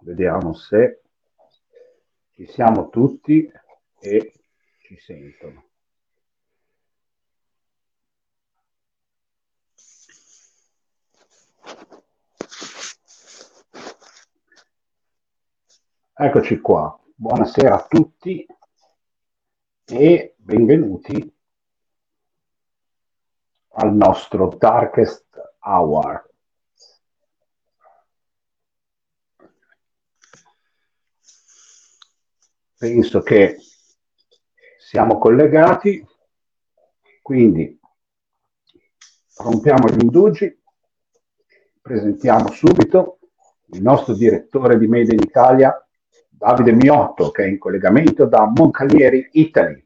Vediamo se ci siamo tutti e ci sentono. Eccoci qua. Buonasera a tutti e benvenuti al nostro Darkest Hour. Penso che siamo collegati, quindi rompiamo gli indugi, presentiamo subito il nostro direttore di Made in Italia, Davide Miotto, che è in collegamento da Moncalieri, Italy.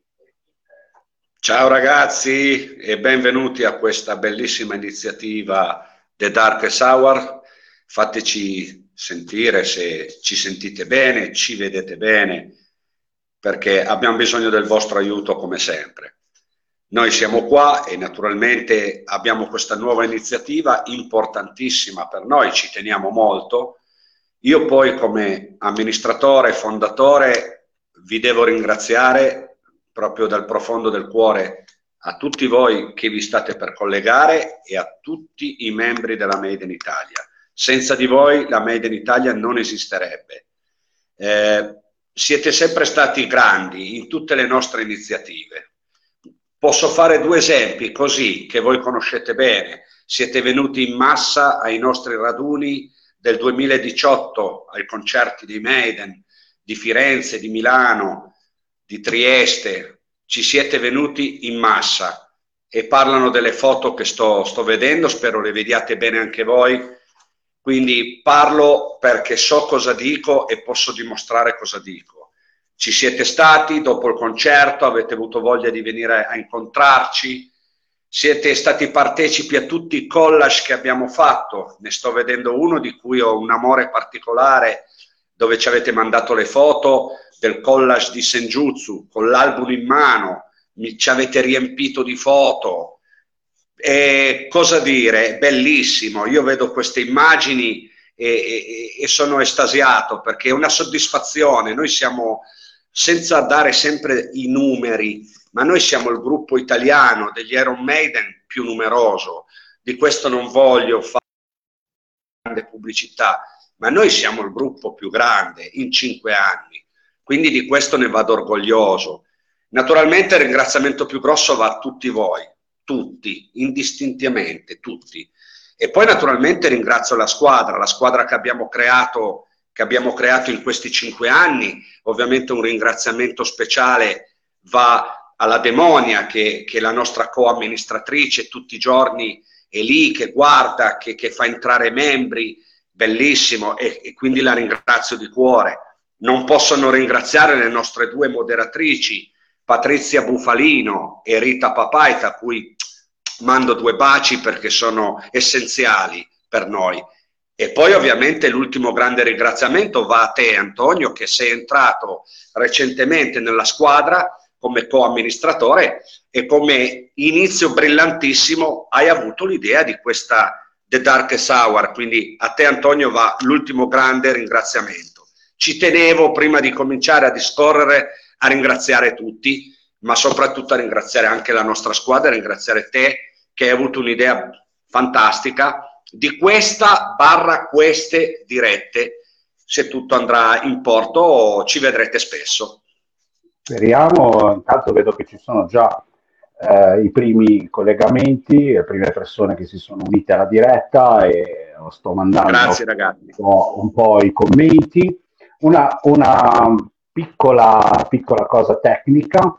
Ciao ragazzi e benvenuti a questa bellissima iniziativa The Darkest Hour. Fateci sentire se ci sentite bene, ci vedete bene, perché abbiamo bisogno del vostro aiuto come sempre. Noi siamo qua e naturalmente abbiamo questa nuova iniziativa importantissima per noi, ci teniamo molto. Io poi come amministratore e fondatore vi devo ringraziare proprio dal profondo del cuore a tutti voi che vi state per collegare e a tutti i membri della Made in Italia. Senza di voi la Made in Italia non esisterebbe. Siete sempre stati grandi in tutte le nostre iniziative. Posso fare due esempi così che voi conoscete bene. Siete venuti in massa ai nostri raduni del 2018, ai concerti di Maiden, di Firenze, di Milano, di Trieste. Ci siete venuti in massa e parlano delle foto che sto vedendo, spero le vediate bene anche voi. Quindi parlo perché so cosa dico e posso dimostrare cosa dico. Ci siete stati dopo il concerto, avete avuto voglia di venire a incontrarci, siete stati partecipi a tutti i collage che abbiamo fatto. Ne sto vedendo uno di cui ho un amore particolare, dove ci avete mandato le foto del collage di Senjutsu, con l'album in mano, ci avete riempito di foto. E cosa dire, bellissimo, io vedo queste immagini e sono estasiato perché è una soddisfazione. Noi siamo, senza dare sempre i numeri, ma noi siamo il gruppo italiano degli Iron Maiden più numeroso. Di questo non voglio fare grande pubblicità, ma noi siamo il gruppo più grande in 5 anni, quindi di questo ne vado orgoglioso. Naturalmente il ringraziamento più grosso va a tutti voi, tutti, indistintamente, tutti. E poi naturalmente ringrazio la squadra che abbiamo creato in questi 5 anni. Ovviamente un ringraziamento speciale va alla Demonia, che è la nostra co-amministratrice, tutti i giorni è lì, che guarda, che fa entrare membri, bellissimo, e quindi la ringrazio di cuore. Non posso non ringraziare le nostre 2 moderatrici, Patrizia Bufalino e Rita Papaita, a cui mando 2 baci perché sono essenziali per noi. E poi ovviamente l'ultimo grande ringraziamento va a te, Antonio, che sei entrato recentemente nella squadra come co-amministratore e come inizio brillantissimo hai avuto l'idea di questa The Darkest Hour. Quindi a te, Antonio, va l'ultimo grande ringraziamento. Ci tenevo prima di cominciare a discorrere a ringraziare tutti, ma soprattutto a ringraziare anche la nostra squadra, a ringraziare te che hai avuto un'idea fantastica di queste dirette. Se tutto andrà in porto ci vedrete spesso. Speriamo. Intanto vedo che ci sono già i primi collegamenti, le prime persone che si sono unite alla diretta e sto mandando Grazie, ragazzi. un po' i commenti. Una piccola cosa tecnica,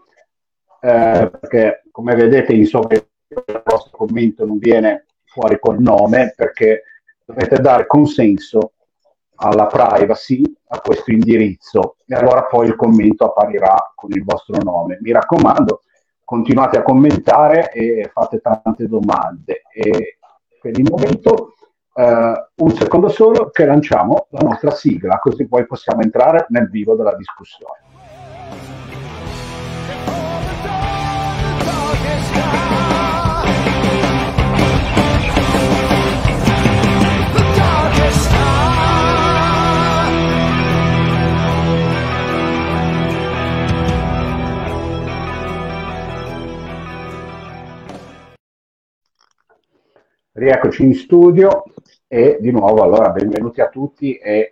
perché come vedete in sopra il vostro commento non viene fuori col nome, perché dovete dare consenso alla privacy a questo indirizzo e allora poi il commento apparirà con il vostro nome. Mi raccomando, continuate a commentare e fate tante domande. E per il momento un secondo solo che lanciamo la nostra sigla, così poi possiamo entrare nel vivo della discussione. Rieccoci in studio e di nuovo allora benvenuti a tutti e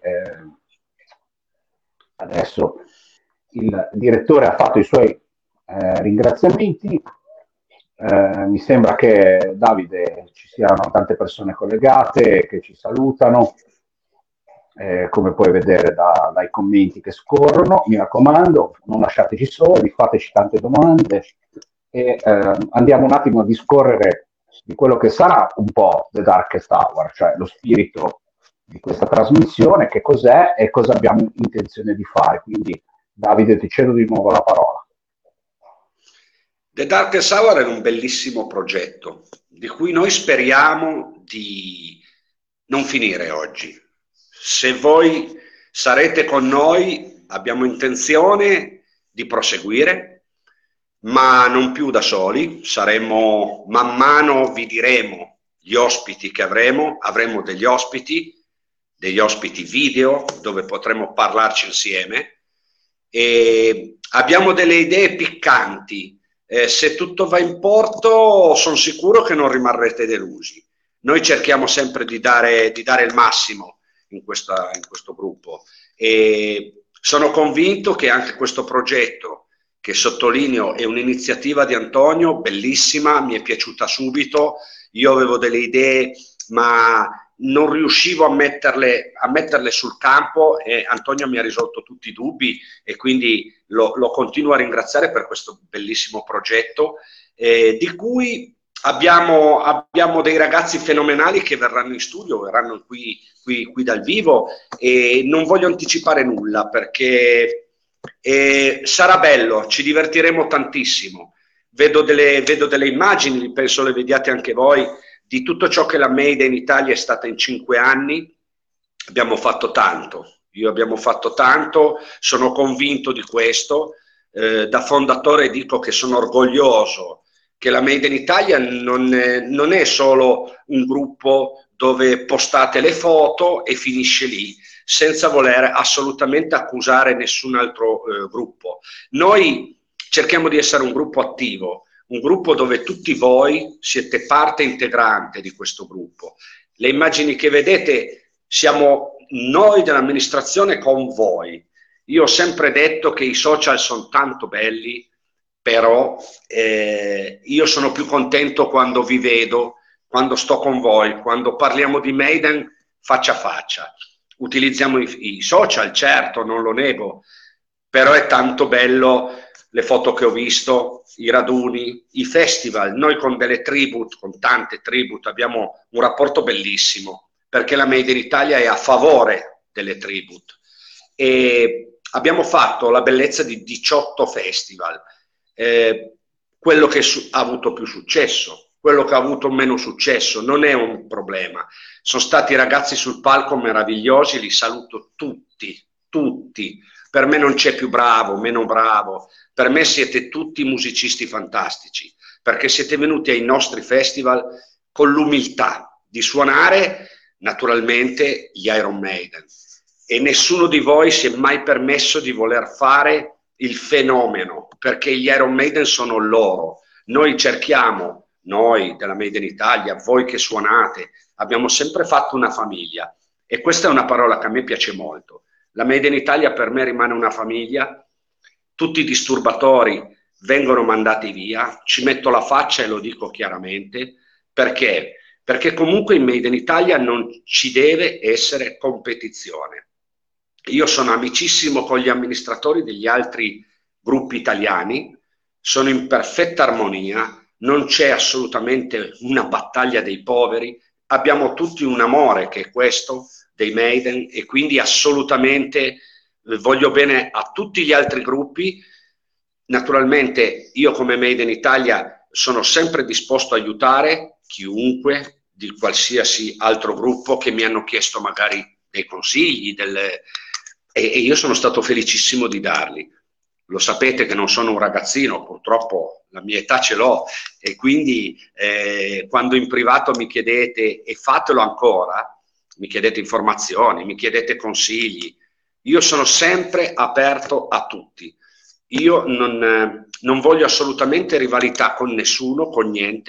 adesso il direttore ha fatto i suoi ringraziamenti. Mi sembra che Davide ci siano tante persone collegate che ci salutano, come puoi vedere dai commenti che scorrono. Mi raccomando, non lasciateci soli, fateci tante domande e andiamo un attimo a discorrere di quello che sarà un po' The Darkest Hour, cioè lo spirito di questa trasmissione, che cos'è e cosa abbiamo intenzione di fare. Quindi Davide, ti cedo di nuovo la parola. The Darkest Hour è un bellissimo progetto di cui noi speriamo di non finire oggi. Se voi sarete con noi, abbiamo intenzione di proseguire, ma non più da soli. Saremo, man mano vi diremo gli ospiti che avremo degli ospiti video dove potremo parlarci insieme, e abbiamo delle idee piccanti. Se tutto va in porto, sono sicuro che non rimarrete delusi. Noi cerchiamo sempre di dare il massimo in questo gruppo, e sono convinto che anche questo progetto, che sottolineo è un'iniziativa di Antonio, bellissima, mi è piaciuta subito. Io avevo delle idee, ma non riuscivo a metterle sul campo, e Antonio mi ha risolto tutti i dubbi, e quindi lo continuo a ringraziare per questo bellissimo progetto, di cui abbiamo dei ragazzi fenomenali che verranno in studio, verranno qui dal vivo, e non voglio anticipare nulla perché sarà bello, ci divertiremo tantissimo. Vedo delle immagini, penso le vediate anche voi, di tutto ciò che la Made in Italia è stata in 5 anni. Abbiamo fatto tanto, abbiamo fatto tanto, sono convinto di questo. Da fondatore dico che sono orgoglioso che la Made in Italia non è solo un gruppo dove postate le foto e finisce lì, senza voler assolutamente accusare nessun altro gruppo. Noi cerchiamo di essere un gruppo attivo, un gruppo dove tutti voi siete parte integrante di questo gruppo. Le immagini che vedete siamo noi dell'amministrazione con voi. Io ho sempre detto che i social sono tanto belli, però io sono più contento quando vi vedo, quando sto con voi, quando parliamo di Maiden faccia a faccia. Utilizziamo i social, certo, non lo nego, però è tanto bello le foto che ho visto, i raduni, i festival. Noi con delle tribute, con tante tribute, abbiamo un rapporto bellissimo, perché la Made in Italia è a favore delle tribute. E abbiamo fatto la bellezza di 18 festival. Quello che ha avuto più successo, quello che ha avuto meno successo, non è un problema. Sono stati ragazzi sul palco meravigliosi, li saluto tutti. Per me non c'è più bravo, meno bravo. Per me siete tutti musicisti fantastici, perché siete venuti ai nostri festival con l'umiltà di suonare naturalmente gli Iron Maiden, e nessuno di voi si è mai permesso di voler fare il fenomeno, perché gli Iron Maiden sono loro. Noi cerchiamo, noi della Made in Italia, voi che suonate, abbiamo sempre fatto una famiglia, e questa è una parola che a me piace molto. La Made in Italia per me rimane una famiglia. Tutti i disturbatori vengono mandati via, ci metto la faccia e lo dico chiaramente, perché comunque in Made in Italia non ci deve essere competizione. Io sono amicissimo con gli amministratori degli altri gruppi italiani, sono in perfetta armonia, non c'è assolutamente una battaglia dei poveri, abbiamo tutti un amore che è questo dei Maiden, e quindi assolutamente voglio bene a tutti gli altri gruppi. Naturalmente io come Made in Italia sono sempre disposto a aiutare chiunque di qualsiasi altro gruppo che mi hanno chiesto magari dei consigli, e io sono stato felicissimo di darli. Lo sapete che non sono un ragazzino, purtroppo la mia età ce l'ho, e quindi quando in privato mi chiedete, e fatelo ancora, mi chiedete informazioni, mi chiedete consigli, io sono sempre aperto a tutti. Io non voglio assolutamente rivalità con nessuno, con niente.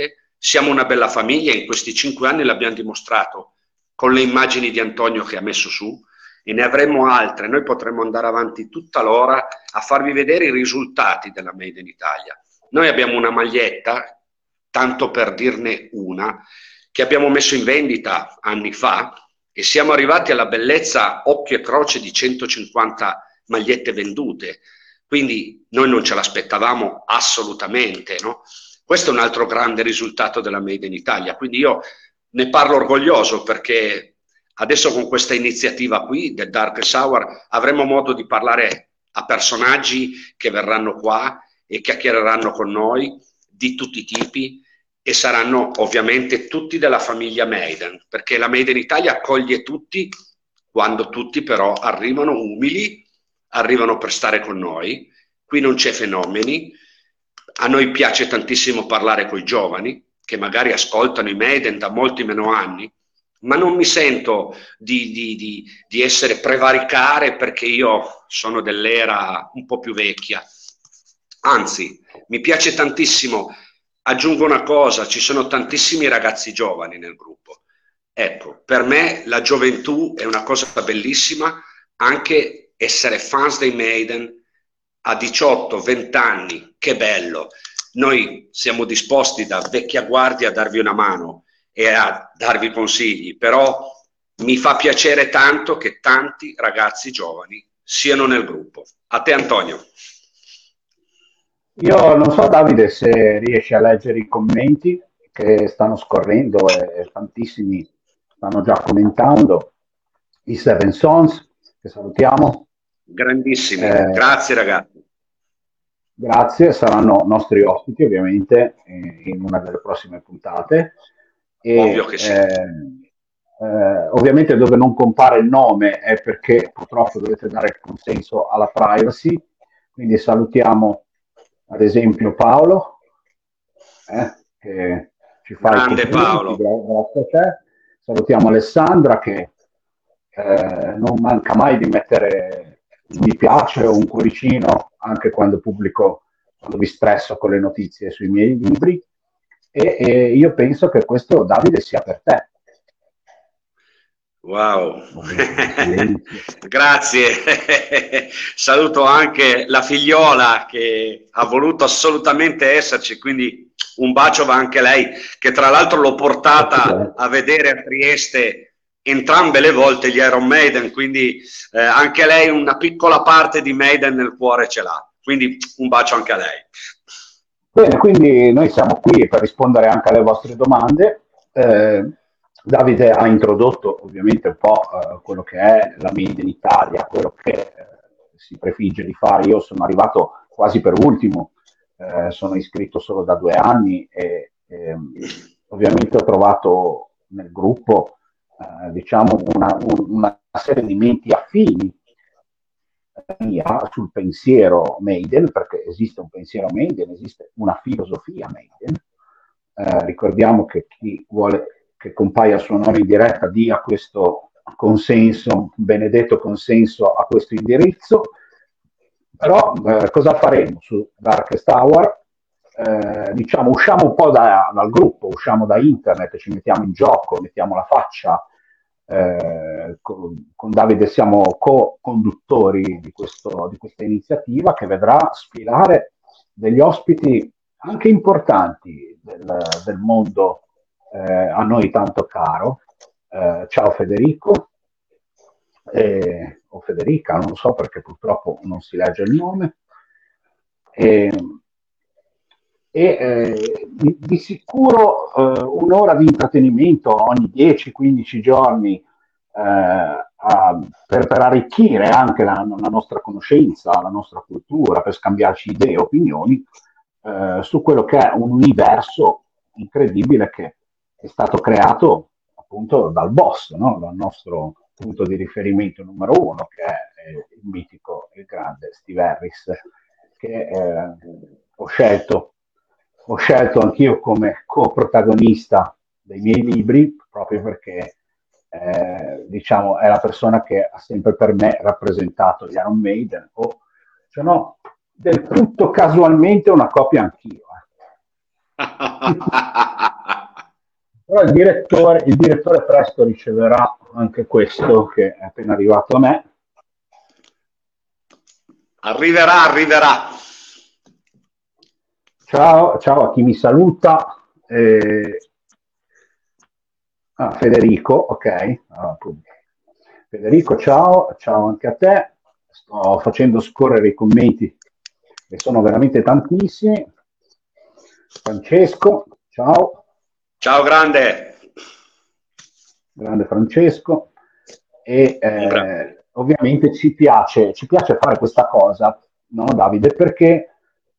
siamo una bella famiglia, in questi 5 anni l'abbiamo dimostrato con le immagini di Antonio che ha messo su, e ne avremo altre. Noi potremmo andare avanti tutta l'ora a farvi vedere i risultati della Made in Italia. Noi abbiamo una maglietta, tanto per dirne una, che abbiamo messo in vendita anni fa, e siamo arrivati alla bellezza occhio e croce di 150 magliette vendute. Quindi noi non ce l'aspettavamo assolutamente, no? Questo è un altro grande risultato della Made in Italia. Quindi io ne parlo orgoglioso, perché adesso con questa iniziativa qui del Darkest Hour avremo modo di parlare a personaggi che verranno qua e chiacchiereranno con noi di tutti i tipi, e saranno ovviamente tutti della famiglia Maiden, perché la Made in Italia accoglie tutti, quando tutti però arrivano umili, arrivano per stare con noi. Qui non c'è fenomeni. A noi piace tantissimo parlare con i giovani che magari ascoltano i Maiden da molti meno anni, ma non mi sento di essere prevaricare perché io sono dell'era un po' più vecchia. Anzi, mi piace tantissimo. Aggiungo una cosa: ci sono tantissimi ragazzi giovani nel gruppo. Ecco, per me la gioventù è una cosa bellissima, anche essere fans dei Maiden a 18-20 anni, che bello. Noi siamo disposti da vecchia guardia a darvi una mano e a darvi consigli, però mi fa piacere tanto che tanti ragazzi giovani siano nel gruppo. A te, Antonio. Io non so, Davide, se riesci a leggere i commenti che stanno scorrendo, e tantissimi stanno già commentando. I Seven Sons, che salutiamo. Grandissimi, Eh, grazie ragazzi. Grazie, saranno nostri ospiti ovviamente in una delle prossime puntate. Ovvio E, che sì. ovviamente dove non compare il nome è perché purtroppo dovete dare il consenso alla privacy, quindi salutiamo ad esempio Paolo, che ci fa Grande i complimenti, Paolo. grazie a te. Salutiamo Alessandra, che non manca mai di mettere un mi piace o un cuoricino anche quando pubblico, quando vi stresso con le notizie sui miei libri, e io penso che questo, Davide, sia per te. Wow, grazie. Saluto anche la figliola che ha voluto assolutamente esserci, quindi un bacio va anche lei, che tra l'altro l'ho portata a vedere a Trieste entrambe le volte gli Iron Maiden, quindi anche lei una piccola parte di Maiden nel cuore ce l'ha, quindi un bacio anche a lei. Bene, quindi noi siamo qui per rispondere anche alle vostre domande. Davide ha introdotto ovviamente un po' quello che è la Made in Italia, quello che si prefigge di fare. Io sono arrivato quasi per ultimo, sono iscritto solo da 2 anni e ovviamente ho trovato nel gruppo diciamo una serie di menti affini sul pensiero Maiden, perché esiste un pensiero Maiden, esiste una filosofia Maiden. Ricordiamo che chi vuole che compaia il suo nome in diretta dia questo consenso, benedetto consenso a questo indirizzo. Però cosa faremo su Darkest Hour? Diciamo, usciamo un po' dal gruppo, usciamo da internet, ci mettiamo in gioco, mettiamo la faccia. Con Davide siamo co-conduttori di questa iniziativa che vedrà sfilare degli ospiti anche importanti del mondo a noi tanto caro. Ciao Federico, o Federica, non so perché purtroppo non si legge il nome. Di sicuro un'ora di intrattenimento ogni 10-15 giorni per arricchire anche la nostra conoscenza, la nostra cultura, per scambiarci idee e opinioni su quello che è un universo incredibile che è stato creato appunto dal boss, no? Dal nostro punto di riferimento numero uno, che è il mitico, il grande Steve Harris, che ho scelto anch'io come co-protagonista dei miei libri, proprio perché diciamo è la persona che ha sempre per me rappresentato gli Iron Maiden, o se no del tutto casualmente una copia anch'io. Però il direttore presto riceverà anche questo che è appena arrivato a me. Arriverà. Ciao a chi mi saluta. Federico, ok. Federico, ciao anche a te. Sto facendo scorrere i commenti che sono veramente tantissimi. Francesco, ciao. Ciao grande Francesco. E ovviamente ci piace fare questa cosa, no, Davide, perché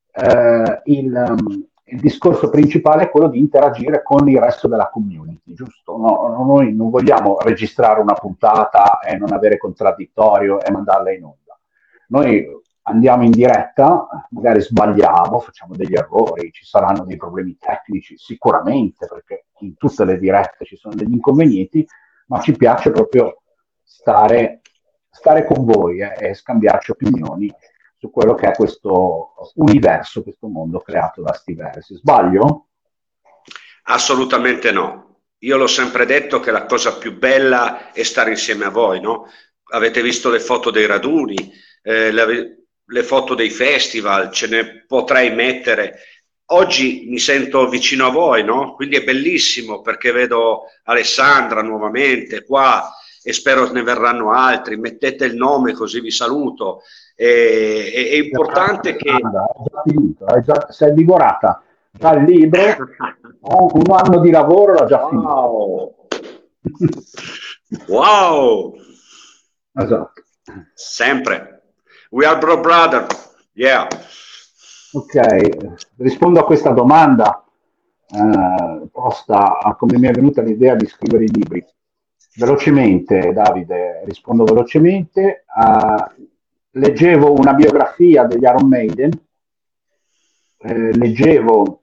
il discorso principale è quello di interagire con il resto della community, giusto? No, noi non vogliamo registrare una puntata e non avere contraddittorio e mandarla in onda. Noi andiamo in diretta, magari sbagliamo, facciamo degli errori, ci saranno dei problemi tecnici, sicuramente, perché in tutte le dirette ci sono degli inconvenienti, ma ci piace proprio stare con voi e scambiarci opinioni su quello che è questo universo, questo mondo creato da Stiversi. Sbaglio? Assolutamente no. Io l'ho sempre detto che la cosa più bella è stare insieme a voi, no? Avete visto le foto dei raduni, le foto dei festival, ce ne potrei mettere. Oggi mi sento vicino a voi, no? Quindi è bellissimo perché vedo Alessandra nuovamente qua e spero ne verranno altri. Mettete il nome così vi saluto. È importante che... È già finito, sei divorata. Già il libro, un anno di lavoro l'ha già finito. Wow! Esatto. Sempre. We are brother. Yeah. Ok, rispondo a questa domanda posta a come mi è venuta l'idea di scrivere i libri. Velocemente, Davide, rispondo velocemente. Leggevo una biografia degli Iron Maiden, leggevo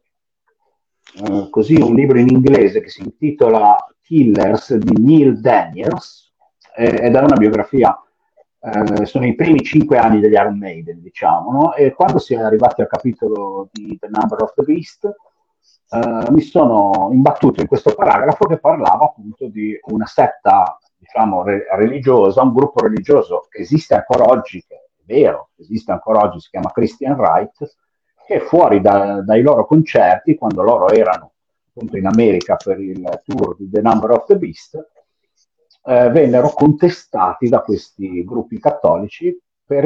così un libro in inglese che si intitola Killers di Neil Daniels, ed è una biografia, sono i primi 5 anni degli Iron Maiden, diciamo, no? E quando si è arrivati al capitolo di The Number of the Beast, mi sono imbattuto in questo paragrafo che parlava appunto di una setta, diciamo, religiosa, un gruppo religioso che esiste ancora oggi, che è vero, esiste ancora oggi, si chiama Christian Right, che fuori dai loro concerti, quando loro erano appunto in America per il tour di The Number of the Beast, vennero contestati da questi gruppi cattolici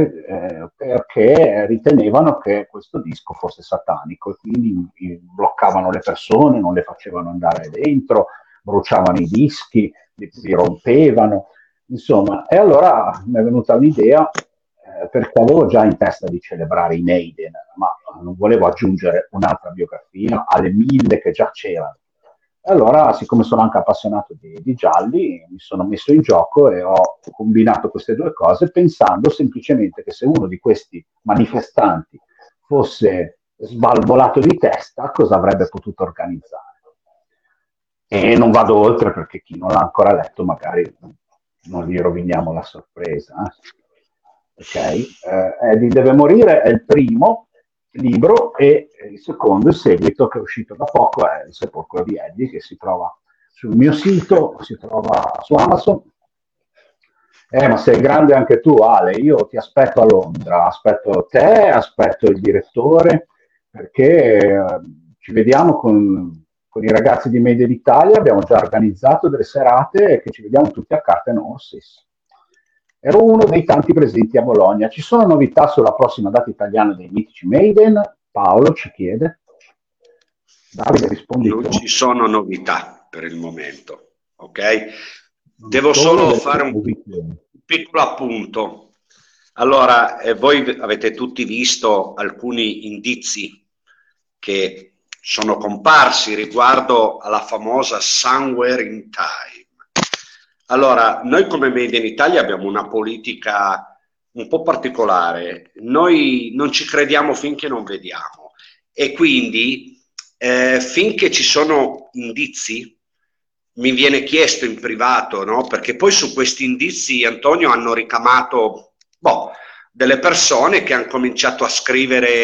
perché ritenevano che questo disco fosse satanico e quindi bloccavano le persone, non le facevano andare dentro, bruciavano i dischi, li rompevano, insomma. E allora mi è venuta l'idea, perché avevo già in testa di celebrare i Maiden, ma non volevo aggiungere un'altra biografia alle 1000 che già c'erano. Allora, siccome sono anche appassionato di gialli, mi sono messo in gioco e ho combinato queste due cose pensando semplicemente che se uno di questi manifestanti fosse svalvolato di testa, cosa avrebbe potuto organizzare. E non vado oltre perché chi non l'ha ancora letto magari non gli roviniamo la sorpresa. Ok? Eddie deve morire è il primo libro e il secondo, il seguito che è uscito da poco, è Il sepolcro di Eddie, che si trova sul mio sito, si trova su Amazon. Ma sei grande anche tu, Ale, io ti aspetto a Londra, aspetto te, aspetto il direttore, perché ci vediamo con i ragazzi di Made in Italia, abbiamo già organizzato delle serate che ci vediamo tutti a Carten Horses. Ero uno dei tanti presenti a Bologna. Ci sono novità sulla prossima data italiana dei mitici Maiden? Paolo ci chiede. Davide, rispondi tu. Non ci sono novità per il momento, ok? Devo solo fare un piccolo appunto. Allora, voi avete tutti visto alcuni indizi che sono comparsi riguardo alla famosa Somewhere in Time. Allora, noi come Made in Italia abbiamo una politica un po' particolare. Noi non ci crediamo finché non vediamo e quindi finché ci sono indizi mi viene chiesto in privato, no? Perché poi su questi indizi, Antonio, hanno ricamato delle persone che hanno cominciato a scrivere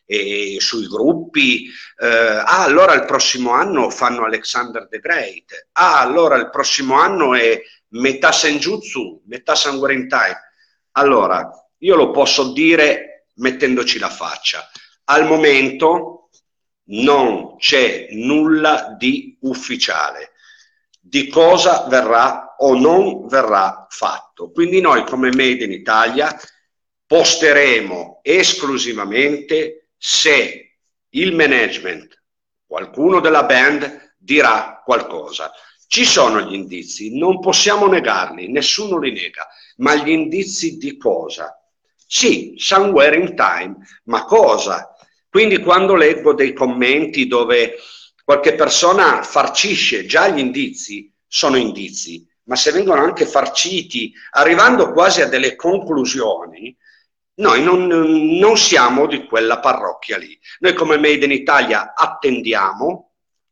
e sui gruppi. Allora il prossimo anno fanno Alexander the Great, allora il prossimo anno è metà Senjutsu, metà Sanguine Time. Allora, io lo posso dire mettendoci la faccia. Al momento non c'è nulla di ufficiale di cosa verrà o non verrà fatto. Quindi noi come Made in Italia posteremo esclusivamente se il management, qualcuno della band dirà qualcosa. Ci sono gli indizi, non possiamo negarli, nessuno li nega, ma gli indizi di cosa? Sì, Somewhere in Time, ma cosa? Quindi quando leggo dei commenti dove qualche persona farcisce, già gli indizi sono indizi, ma se vengono anche farciti, arrivando quasi a delle conclusioni, noi non siamo di quella parrocchia lì. Noi come Made in Italia attendiamo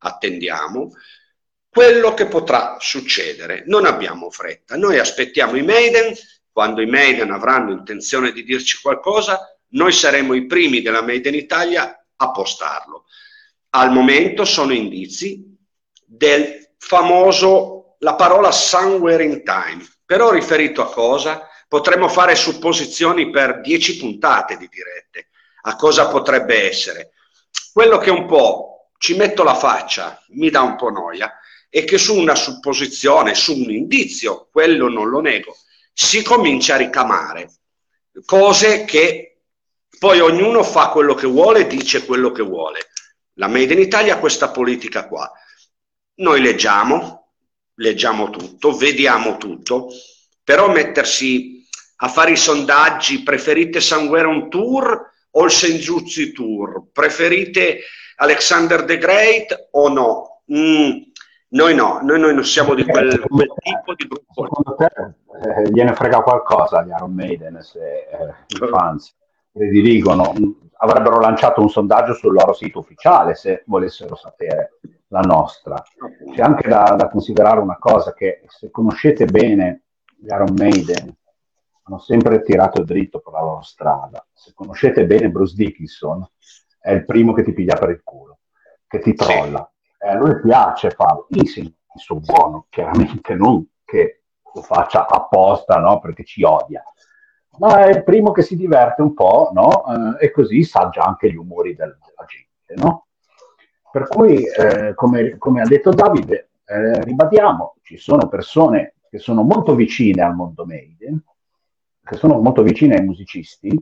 quello che potrà succedere. Non abbiamo fretta, noi aspettiamo i Maiden, quando i Maiden avranno intenzione di dirci qualcosa, noi saremo i primi della Made in Italia a postarlo. Al momento sono indizi del famoso, la parola Somewhere in Time, però riferito a cosa? Potremmo fare supposizioni per 10 puntate di dirette. A cosa potrebbe essere? Quello che un po' ci metto la faccia, mi dà un po' noia, è che su una supposizione, su un indizio, quello non lo nego, si comincia a ricamare cose che poi ognuno fa quello che vuole, dice quello che vuole. La Made in Italia ha questa politica qua. Noi leggiamo tutto, vediamo tutto, però mettersi a fare i sondaggi, preferite Somewhere on Tour o il Senjutsu Tour? Preferite Alexander the Great o no? Noi no, noi non siamo di quel tipo di gruppo. Secondo te gliene frega qualcosa agli Iron Maiden se i fans prediligono? Avrebbero lanciato un sondaggio sul loro sito ufficiale se volessero sapere la nostra. C'è anche da considerare una cosa, che se conoscete bene gli Iron Maiden hanno sempre tirato dritto per la loro strada. Se conoscete bene Bruce Dickinson è il primo che ti piglia per il culo, che ti trolla. A lui piace farlo in senso buono, chiaramente non che lo faccia apposta, no, perché ci odia, ma è il primo che si diverte un po', no? E così sa già anche gli umori della gente, no? Per cui, come ha detto Davide, ribadiamo, ci sono persone che sono molto vicine al mondo Maiden, che sono molto vicine ai musicisti.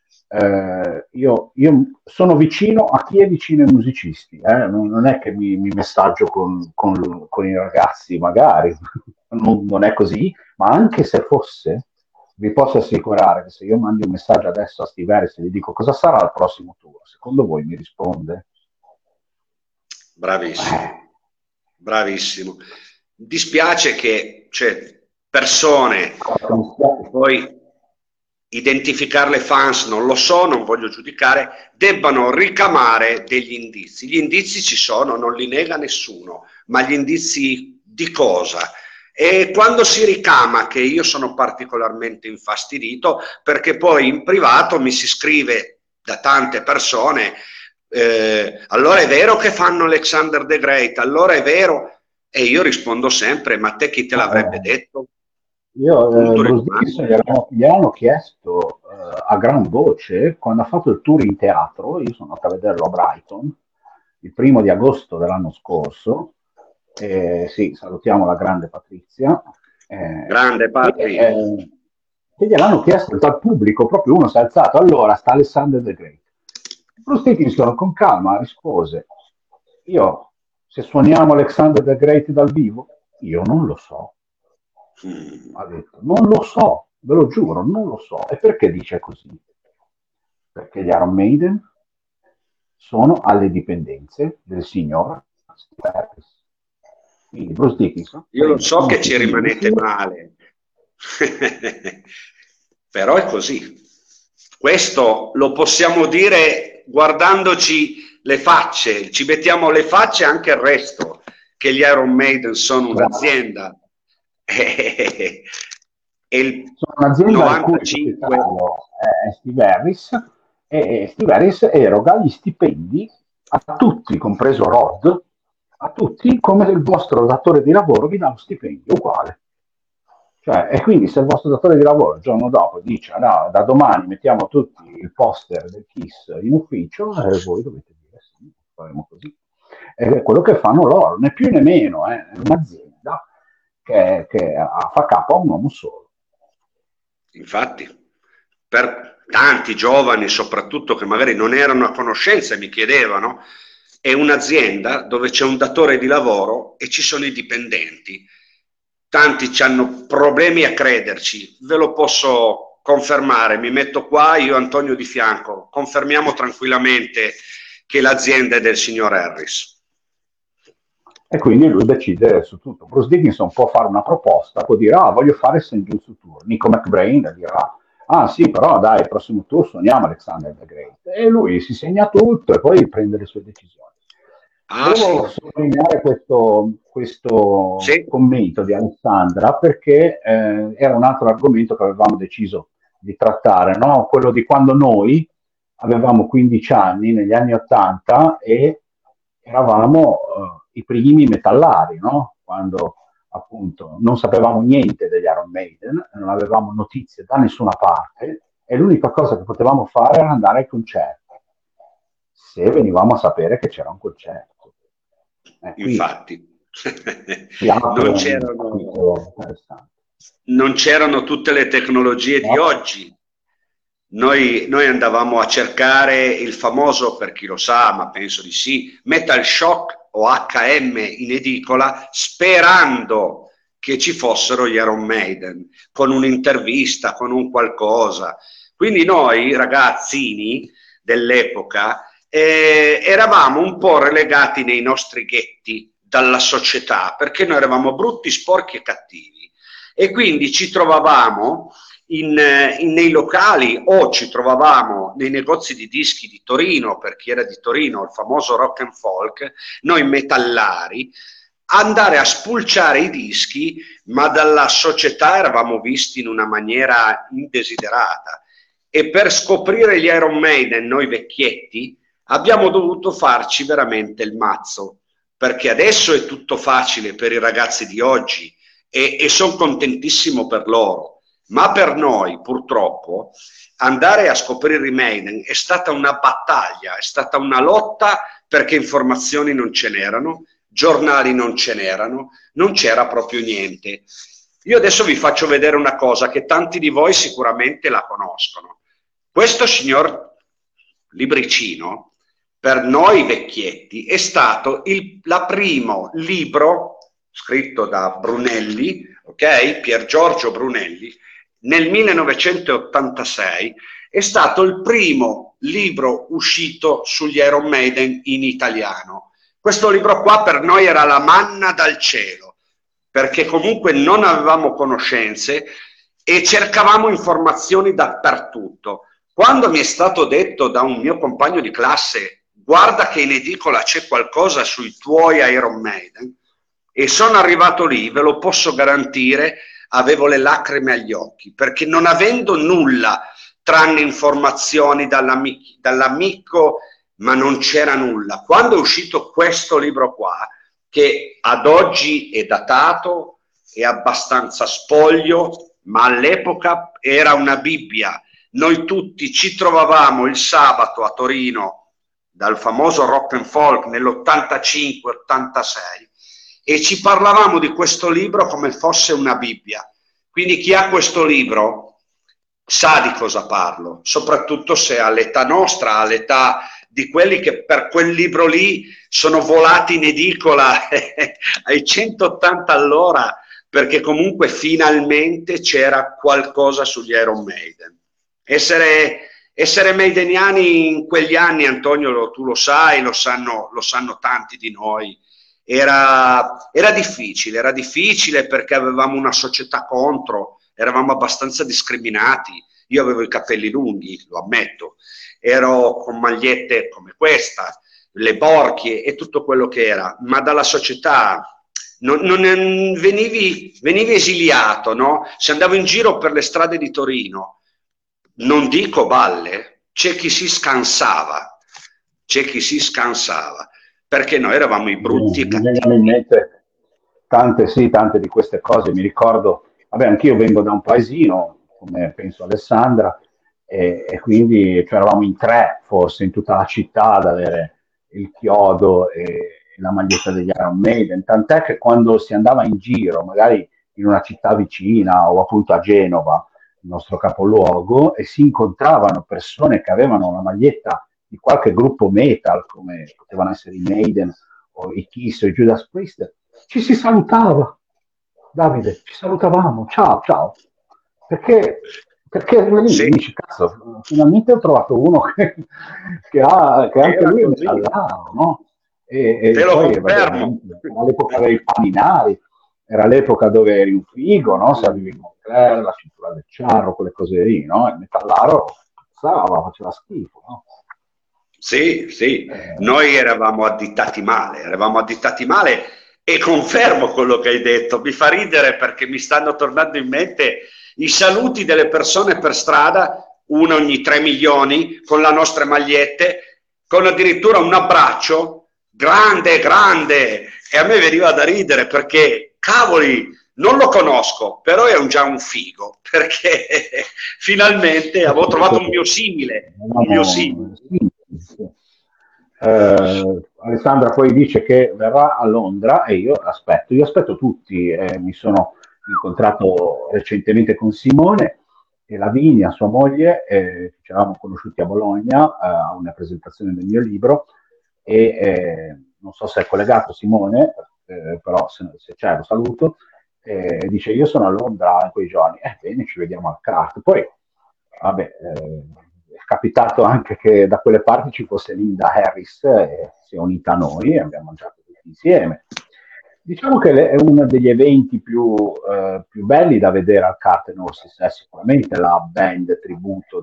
Io sono vicino a chi è vicino ai musicisti, non è che mi messaggio con i ragazzi, magari, non è così, ma anche se fosse, vi posso assicurare che se io mando un messaggio adesso a Steve Harris e gli dico cosa sarà il prossimo tour, secondo voi mi risponde? Bravissimo, bravissimo. Dispiace che persone, poi identificare le fans non lo so, non voglio giudicare, debbano ricamare degli indizi. Gli indizi ci sono, non li nega nessuno, ma gli indizi di cosa? E quando si ricama, che io sono particolarmente infastidito, perché poi in privato mi si scrive da tante persone, allora è vero che fanno Alexander the Great, allora è vero, e io rispondo sempre, ma te chi te l'avrebbe detto? Io Bruce Dickinson gli hanno chiesto a gran voce quando ha fatto il tour in teatro. Io sono andato a vederlo a Brighton il 1° agosto dell'anno scorso. Sì, salutiamo la grande Patrizia. Grande Patrizia. E gliel'hanno chiesto dal pubblico, proprio uno si è alzato. Allora sta Alexander the Great. Bruce Dickinson con calma rispose: se suoniamo Alexander the Great dal vivo, io non lo so. Ha detto, non lo so, ve lo giuro, non lo so. E perché dice così? Perché gli Iron Maiden sono alle dipendenze del signor Steve Harris. Quindi Bruce Dickinson. Io lo so che ci rimanete male, però è così. Questo lo possiamo dire guardandoci le facce, ci mettiamo le facce anche il resto, che gli Iron Maiden sono un'azienda. Sono un'azienda 95 è Steve Harris, E Steve Harris eroga gli stipendi a tutti, compreso Rod, a tutti come il vostro datore di lavoro vi dà uno stipendio uguale. Cioè, e quindi se il vostro datore di lavoro il giorno dopo dice no, da domani mettiamo tutti il poster del Kiss in ufficio, voi dovete dire sì, faremo così. È quello che fanno loro, né più né meno, è un'azienda che fa capo a un uomo solo. Infatti, per tanti giovani, soprattutto che magari non erano a conoscenza e mi chiedevano, è un'azienda dove c'è un datore di lavoro e ci sono i dipendenti. Tanti hanno problemi a crederci, ve lo posso confermare, mi metto qua, io e Antonio di fianco, confermiamo tranquillamente che l'azienda è del signor Harris. E quindi lui decide su tutto. Bruce Dickinson può fare una proposta, può dire voglio fare St. Giusto Tour. Nico McBrain dirà sì, però dai, il prossimo tour suoniamo Alexander the Great. E lui si segna tutto e poi prende le sue decisioni. Volevo sottolineare questo sì. commento di Alessandra perché era un altro argomento che avevamo deciso di trattare, no? Quello di quando noi avevamo 15 anni, negli anni 80, e eravamo i primi metallari, no? Quando appunto non sapevamo niente degli Iron Maiden, non avevamo notizie da nessuna parte e l'unica cosa che potevamo fare era andare ai concerti, se venivamo a sapere che c'era un concerto. Infatti non c'erano tutte le tecnologie di oggi. Noi andavamo a cercare il famoso, per chi lo sa, ma penso di sì, Metal Shock o HM in edicola, sperando che ci fossero gli Iron Maiden, con un'intervista, con un qualcosa. Quindi noi, ragazzini dell'epoca, eravamo un po' relegati nei nostri ghetti dalla società, perché noi eravamo brutti, sporchi e cattivi. E quindi ci trovavamo nei locali o ci trovavamo nei negozi di dischi di Torino, per chi era di Torino, il famoso rock and folk, noi metallari, andare a spulciare i dischi, ma dalla società eravamo visti in una maniera indesiderata. E per scoprire gli Iron Maiden, noi vecchietti, abbiamo dovuto farci veramente il mazzo, perché adesso è tutto facile per i ragazzi di oggi e sono contentissimo per loro. Ma per noi, purtroppo, andare a scoprire i Maiden è stata una battaglia, è stata una lotta, perché informazioni non ce n'erano, giornali non ce n'erano, non c'era proprio niente. Io adesso vi faccio vedere una cosa che tanti di voi sicuramente la conoscono. Questo signor libricino, per noi vecchietti, è stato il primo libro scritto da Brunelli, ok? Pier Giorgio Brunelli, nel 1986, è stato il primo libro uscito sugli Iron Maiden in italiano. Questo libro qua per noi era la manna dal cielo, perché comunque non avevamo conoscenze e cercavamo informazioni dappertutto. Quando mi è stato detto da un mio compagno di classe, guarda che in edicola c'è qualcosa sui tuoi Iron Maiden, e sono arrivato lì, ve lo posso garantire, avevo le lacrime agli occhi, perché non avendo nulla tranne informazioni dall'amico, ma non c'era nulla. Quando è uscito questo libro qua, che ad oggi è datato, è abbastanza spoglio, ma all'epoca era una Bibbia. Noi tutti ci trovavamo il sabato a Torino, dal famoso rock and folk nell'85-86, e ci parlavamo di questo libro come fosse una Bibbia. Quindi chi ha questo libro sa di cosa parlo, soprattutto se all'età nostra, all'età di quelli che per quel libro lì sono volati in edicola ai 180 all'ora, perché comunque finalmente c'era qualcosa sugli Iron Maiden. Essere maideniani in quegli anni, Antonio, tu lo sai, lo sanno tanti di noi, era difficile perché avevamo una società contro, eravamo abbastanza discriminati. Io avevo i capelli lunghi, lo ammetto, ero con magliette come questa, le borchie e tutto quello che era, ma dalla società venivi esiliato, no? Se andavo in giro per le strade di Torino, non dico balle, c'è chi si scansava, perché noi eravamo i brutti e Mi vengono cattivi. in mente tante di queste cose. Mi ricordo, vabbè, anch'io vengo da un paesino, come penso Alessandra, e quindi cioè, eravamo in tre forse in tutta la città ad avere il chiodo e la maglietta degli Iron Maiden, tant'è che quando si andava in giro, magari in una città vicina o appunto a Genova, il nostro capoluogo, e si incontravano persone che avevano una maglietta di qualche gruppo metal, come potevano essere i Maiden o i Kiss o i Judas Priest, ci si salutava, Davide, ci salutavamo, ciao, ciao, perché lì Sì, dici, cazzo, finalmente ho trovato uno che anche era lui è così, metallaro, no? te E lo poi, vabbè, confermo. ovviamente, era l'epoca dei paninari, era l'epoca dove eri un figo, no? Se avevi il Moncler, la cintura del Ciarro, quelle cose lì, no? Il metallaro passava, faceva schifo, no? Sì, sì, Eh, noi eravamo additati male e confermo quello che hai detto. Mi fa ridere perché mi stanno tornando in mente i saluti delle persone per strada, una ogni 3 milioni, con le nostre magliette, con addirittura un abbraccio grande, grande. E a me veniva da ridere perché, cavoli, non lo conosco, però è già un figo, perché finalmente avevo trovato un mio simile, un mio simile. sì, sì. Alessandra poi dice che verrà a Londra e io aspetto tutti, mi sono incontrato recentemente con Simone e Lavinia, sua moglie, ci eravamo conosciuti a Bologna a una presentazione del mio libro e non so se è collegato Simone, però se c'è lo saluto, dice io sono a Londra in quei giorni, bene ci vediamo al CART, poi vabbè, è capitato anche che da quelle parti ci fosse Linda Harris, si è unita a noi e abbiamo mangiato tutti insieme. Diciamo che è uno degli eventi più belli da vedere al Carten Horses, è sicuramente la band tributo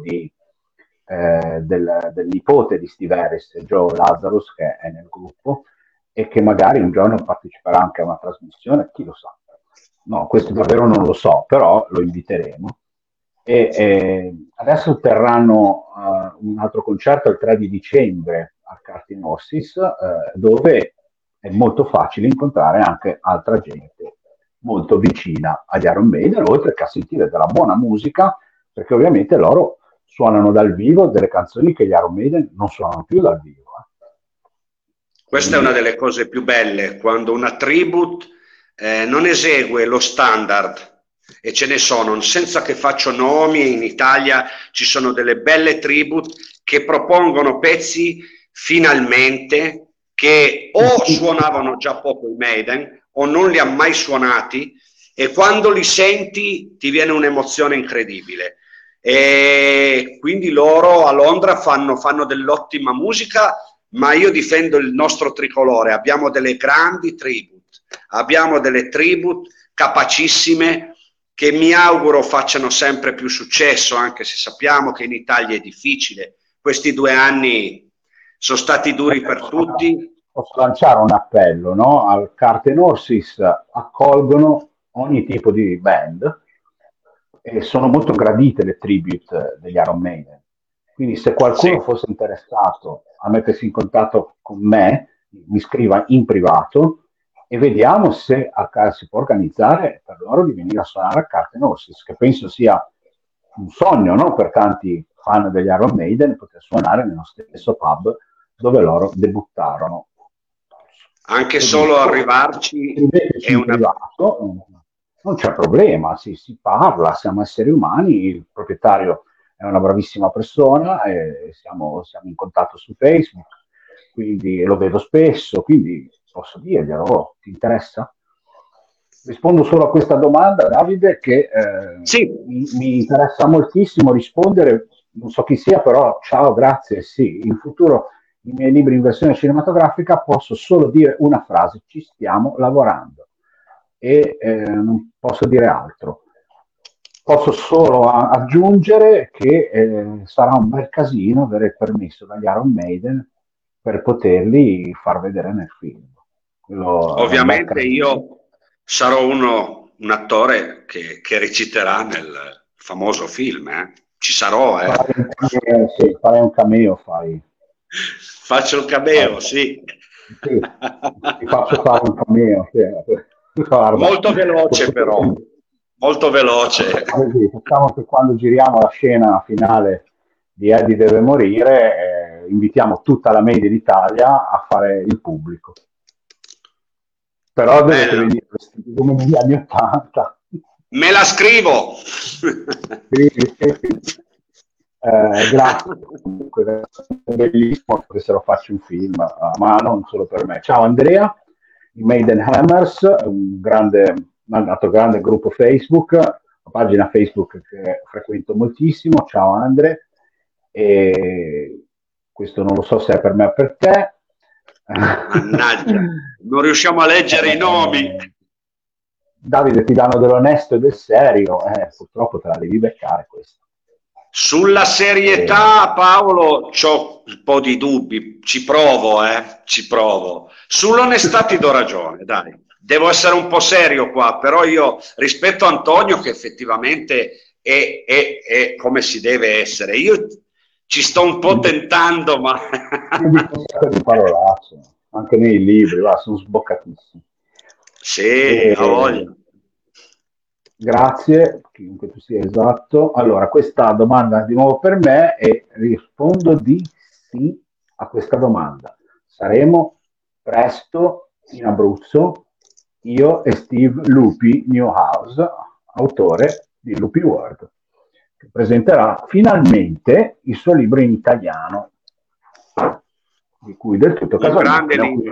del nipote di Steve Harris, Joe Lazarus, che è nel gruppo e che magari un giorno parteciperà anche a una trasmissione, chi lo sa. No, questo davvero non lo so, però lo inviteremo. Adesso terranno un altro concerto il 3 di dicembre al Cartin Horses, dove è molto facile incontrare anche altra gente molto vicina agli Iron Maiden, oltre che a sentire della buona musica, perché ovviamente loro suonano dal vivo delle canzoni che gli Iron Maiden non suonano più dal vivo. Questa è una Quindi, delle cose più belle, quando una tribute non esegue lo standard, e ce ne sono, senza che faccio nomi, in Italia ci sono delle belle tribute che propongono pezzi finalmente che o suonavano già poco i Maiden o non li ha mai suonati, e quando li senti ti viene un'emozione incredibile. E quindi loro a Londra fanno dell'ottima musica, ma io difendo il nostro tricolore. Abbiamo delle grandi tribute, abbiamo delle tribute capacissime che mi auguro facciano sempre più successo, anche se sappiamo che in Italia è difficile. Questi 2 anni sono stati duri per tutti. posso lanciare un appello, no? Al Carten Horses accolgono ogni tipo di band e sono molto gradite le tribute degli Iron Maiden. Quindi se qualcuno Sì, fosse interessato a mettersi in contatto con me, mi scriva in privato e vediamo se si può organizzare per loro di venire a suonare a Carten Horses, che penso sia un sogno, no? Per tanti fan degli Iron Maiden poter suonare nello stesso pub dove loro debuttarono. anche Lo solo dico, arrivarci scriveteci è in una... privato, non c'è problema, si parla, siamo esseri umani, il proprietario è una bravissima persona, siamo in contatto su Facebook, quindi lo vedo spesso, quindi posso dirglielo, oh, ti interessa? Rispondo solo a questa domanda, Davide, che Sì, mi interessa moltissimo rispondere, non so chi sia, però ciao, grazie, sì, in futuro i miei libri in versione cinematografica posso solo dire una frase, ci stiamo lavorando e non posso dire altro. Posso solo aggiungere che sarà un bel casino avere il permesso dagli Iron Maiden per poterli far vedere nel film. Quello è un bel ovviamente casino. io sarò un attore che reciterà nel famoso film. Ci sarò, Farei un cameo, fai. Faccio il cameo, sì. Sì, ti faccio fare un cameo. Sì. Guarda, Molto veloce però, molto veloce. Facciamo che quando giriamo la scena finale di Eddie deve morire, invitiamo tutta la media d'Italia a fare il pubblico. Però dovete Bella. venire vestiti come negli anni '80. Me la scrivo. Grazie, comunque, è bellissimo che se lo faccio un film a mano, non solo per me. Ciao Andrea, i Maiden Hammers, un altro grande gruppo Facebook, una pagina Facebook che frequento moltissimo. Ciao Andrea, e questo non lo so se è per me o per te. Mannaggia, non riusciamo a leggere i nomi. Davide, ti danno dell'onesto e del serio, purtroppo te la devi beccare questa. Sulla serietà, Paolo, c'ho un po' di dubbi, ci provo. Sull'onestà ti do ragione, dai. Devo essere un po' serio qua, però io rispetto a Antonio, che effettivamente è come si deve essere. Io ci sto un po' tentando, ma... di parolacce, anche nei libri, sono sboccatissimi. Sì, a voglia. Grazie, chiunque tu sia, esatto. Allora, questa domanda di nuovo per me e rispondo di sì a questa domanda. Saremo presto in Abruzzo, io e Steve Lupi Newhouse, autore di Lupi World, che presenterà finalmente il suo libro in italiano, di cui del tutto casualmente un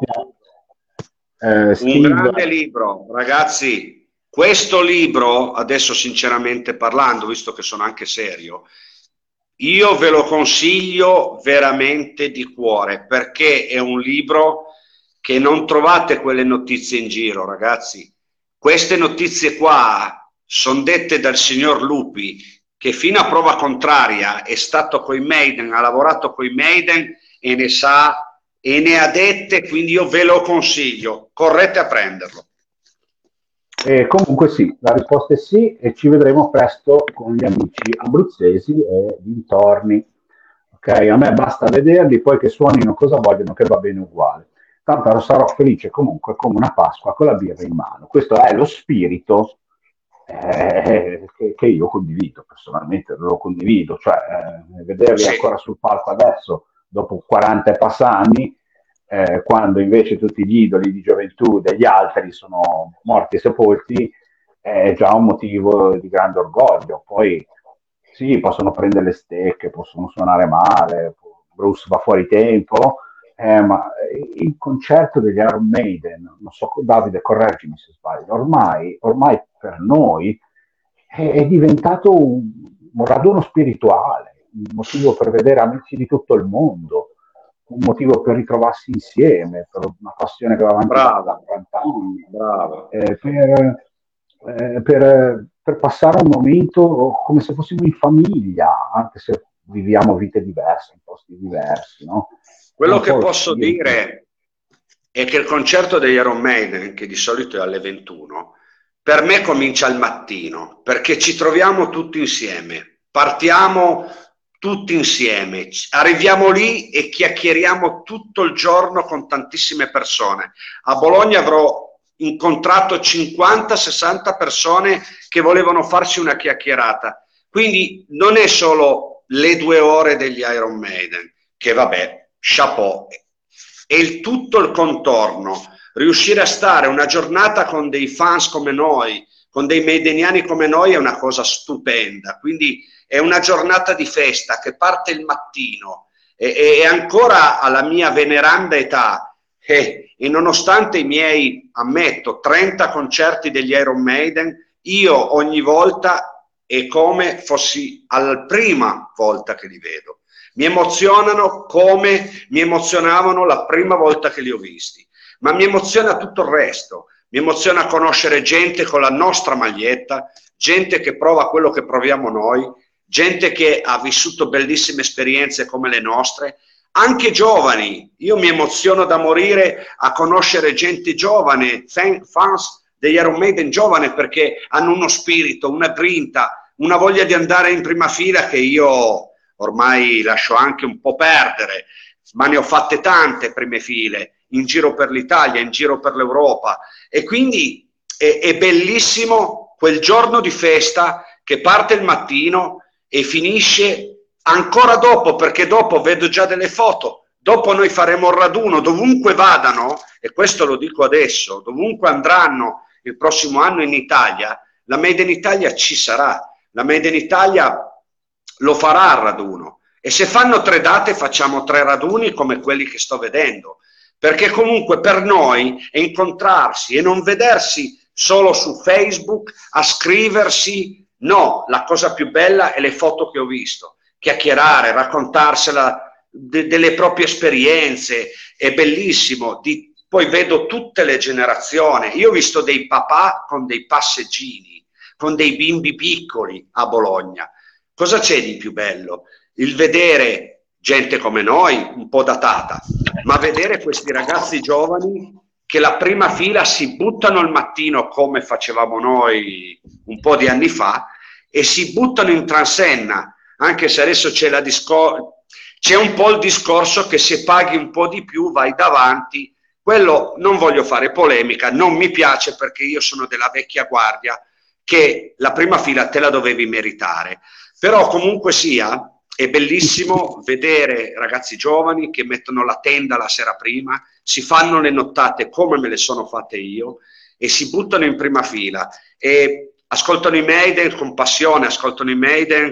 grande libro, ragazzi. Questo libro, adesso sinceramente parlando, visto che sono anche serio, io ve lo consiglio veramente di cuore, perché è un libro che non trovate quelle notizie in giro, ragazzi. Queste notizie qua sono dette dal signor Lupi, che fino a prova contraria è stato coi Maiden, ha lavorato coi Maiden e ne sa e ne ha dette, quindi io ve lo consiglio, correte a prenderlo. Comunque sì, la risposta è sì e ci vedremo presto con gli amici abruzzesi e dintorni. Ok, a me basta vederli, poi che suonino cosa vogliono, che va bene uguale. Tanto sarò felice comunque come una Pasqua con la birra in mano. Questo è lo spirito che io condivido, personalmente lo condivido, cioè vederli ancora sul palco adesso, dopo 40 e passa anni, quando invece tutti gli idoli di gioventù degli altri sono morti e sepolti, è già un motivo di grande orgoglio. Poi sì, possono prendere le stecche, possono suonare male, Bruce va fuori tempo, ma il concerto degli Iron Maiden, non so, Davide, correggimi se sbaglio, ormai per noi è diventato un raduno spirituale, un motivo per vedere amici di tutto il mondo, un motivo per ritrovarsi insieme, per una passione che va avanti da 40 anni, per passare un momento come se fossimo in famiglia, anche se viviamo vite diverse, in posti diversi, no? Quello che posso dire è che il concerto degli Iron Maiden, che di solito è alle 21, per me comincia al mattino, perché ci troviamo tutti insieme, partiamo tutti insieme, arriviamo lì e chiacchieriamo tutto il giorno con tantissime persone. A Bologna avrò incontrato 50-60 persone che volevano farsi una chiacchierata, quindi non è solo le 2 ore degli Iron Maiden, che vabbè, chapeau, e tutto il contorno, riuscire a stare una giornata con dei fans come noi, con dei maideniani come noi, è una cosa stupenda. Quindi è una giornata di festa che parte il mattino e ancora alla mia veneranda età e nonostante i miei, ammetto, 30 concerti degli Iron Maiden, io ogni volta è come fossi alla prima volta che li vedo. Mi emozionano come mi emozionavano la prima volta che li ho visti, ma mi emoziona tutto il resto. Mi emoziona conoscere gente con la nostra maglietta, gente che prova quello che proviamo noi, gente che ha vissuto bellissime esperienze come le nostre, anche giovani. Io mi emoziono da morire a conoscere gente giovane, fans degli Iron Maiden giovane, perché hanno uno spirito, una grinta, una voglia di andare in prima fila che io ormai lascio anche un po' perdere, ma ne ho fatte tante prime file, in giro per l'Italia, in giro per l'Europa, e quindi è bellissimo quel giorno di festa che parte il mattino e finisce ancora dopo, perché dopo vedo già delle foto, dopo noi faremo il raduno, dovunque vadano, e questo lo dico adesso, dovunque andranno il prossimo anno in Italia, la Made in Italia ci sarà, la Made in Italia lo farà il raduno, e se fanno 3 date facciamo 3 raduni come quelli che sto vedendo, perché comunque per noi è incontrarsi e non vedersi solo su Facebook a scriversi. No, la cosa più bella è le foto che ho visto, chiacchierare, raccontarsela delle proprie esperienze, è bellissimo. Poi vedo tutte le generazioni, io ho visto dei papà con dei passeggini, con dei bimbi piccoli a Bologna. Cosa c'è di più bello? Il vedere gente come noi, un po' datata, ma vedere questi ragazzi giovani che la prima fila si buttano al mattino come facevamo noi un po' di anni fa e si buttano in transenna, anche se adesso c'è un po' il discorso che se paghi un po' di più vai davanti. Quello non voglio fare polemica, non mi piace perché io sono della vecchia guardia che la prima fila te la dovevi meritare, però comunque sia è bellissimo vedere ragazzi giovani che mettono la tenda la sera prima, si fanno le nottate come me le sono fatte io e si buttano in prima fila e ascoltano i Maiden con passione, ascoltano i Maiden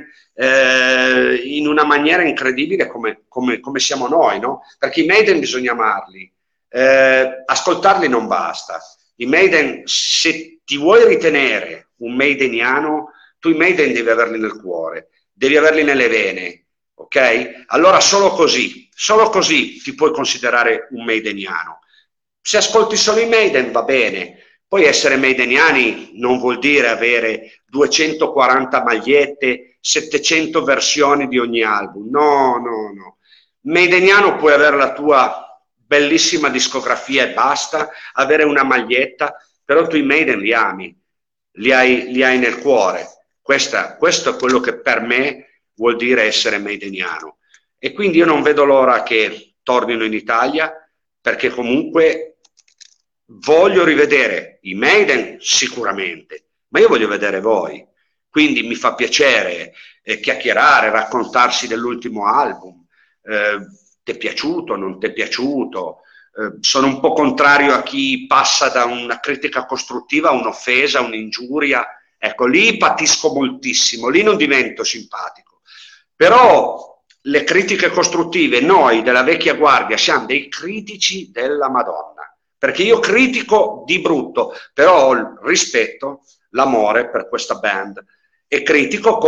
in una maniera incredibile come siamo noi, no? Perché i Maiden bisogna amarli, ascoltarli non basta. I Maiden, se ti vuoi ritenere un maideniano, tu i Maiden devi averli nel cuore, devi averli nelle vene, ok? Allora solo così ti puoi considerare un maideniano. Se ascolti solo i Maiden va bene, poi essere maideniani non vuol dire avere 240 magliette, 700 versioni di ogni album, no. Maideniano puoi avere la tua bellissima discografia e basta, avere una maglietta, però tu i Maiden li ami, li hai nel cuore. Questo è quello che per me vuol dire essere maideniano. E quindi io non vedo l'ora che tornino in Italia, perché comunque voglio rivedere i Maiden sicuramente, ma io voglio vedere voi. Quindi mi fa piacere chiacchierare, raccontarsi dell'ultimo album. Ti è piaciuto, non ti è piaciuto? Sono un po' contrario a chi passa da una critica costruttiva a un'offesa, un'ingiuria. Ecco, lì patisco moltissimo, lì non divento simpatico. Però le critiche costruttive, noi della vecchia guardia siamo dei critici della Madonna, perché io critico di brutto, però ho il rispetto, l'amore per questa band e critico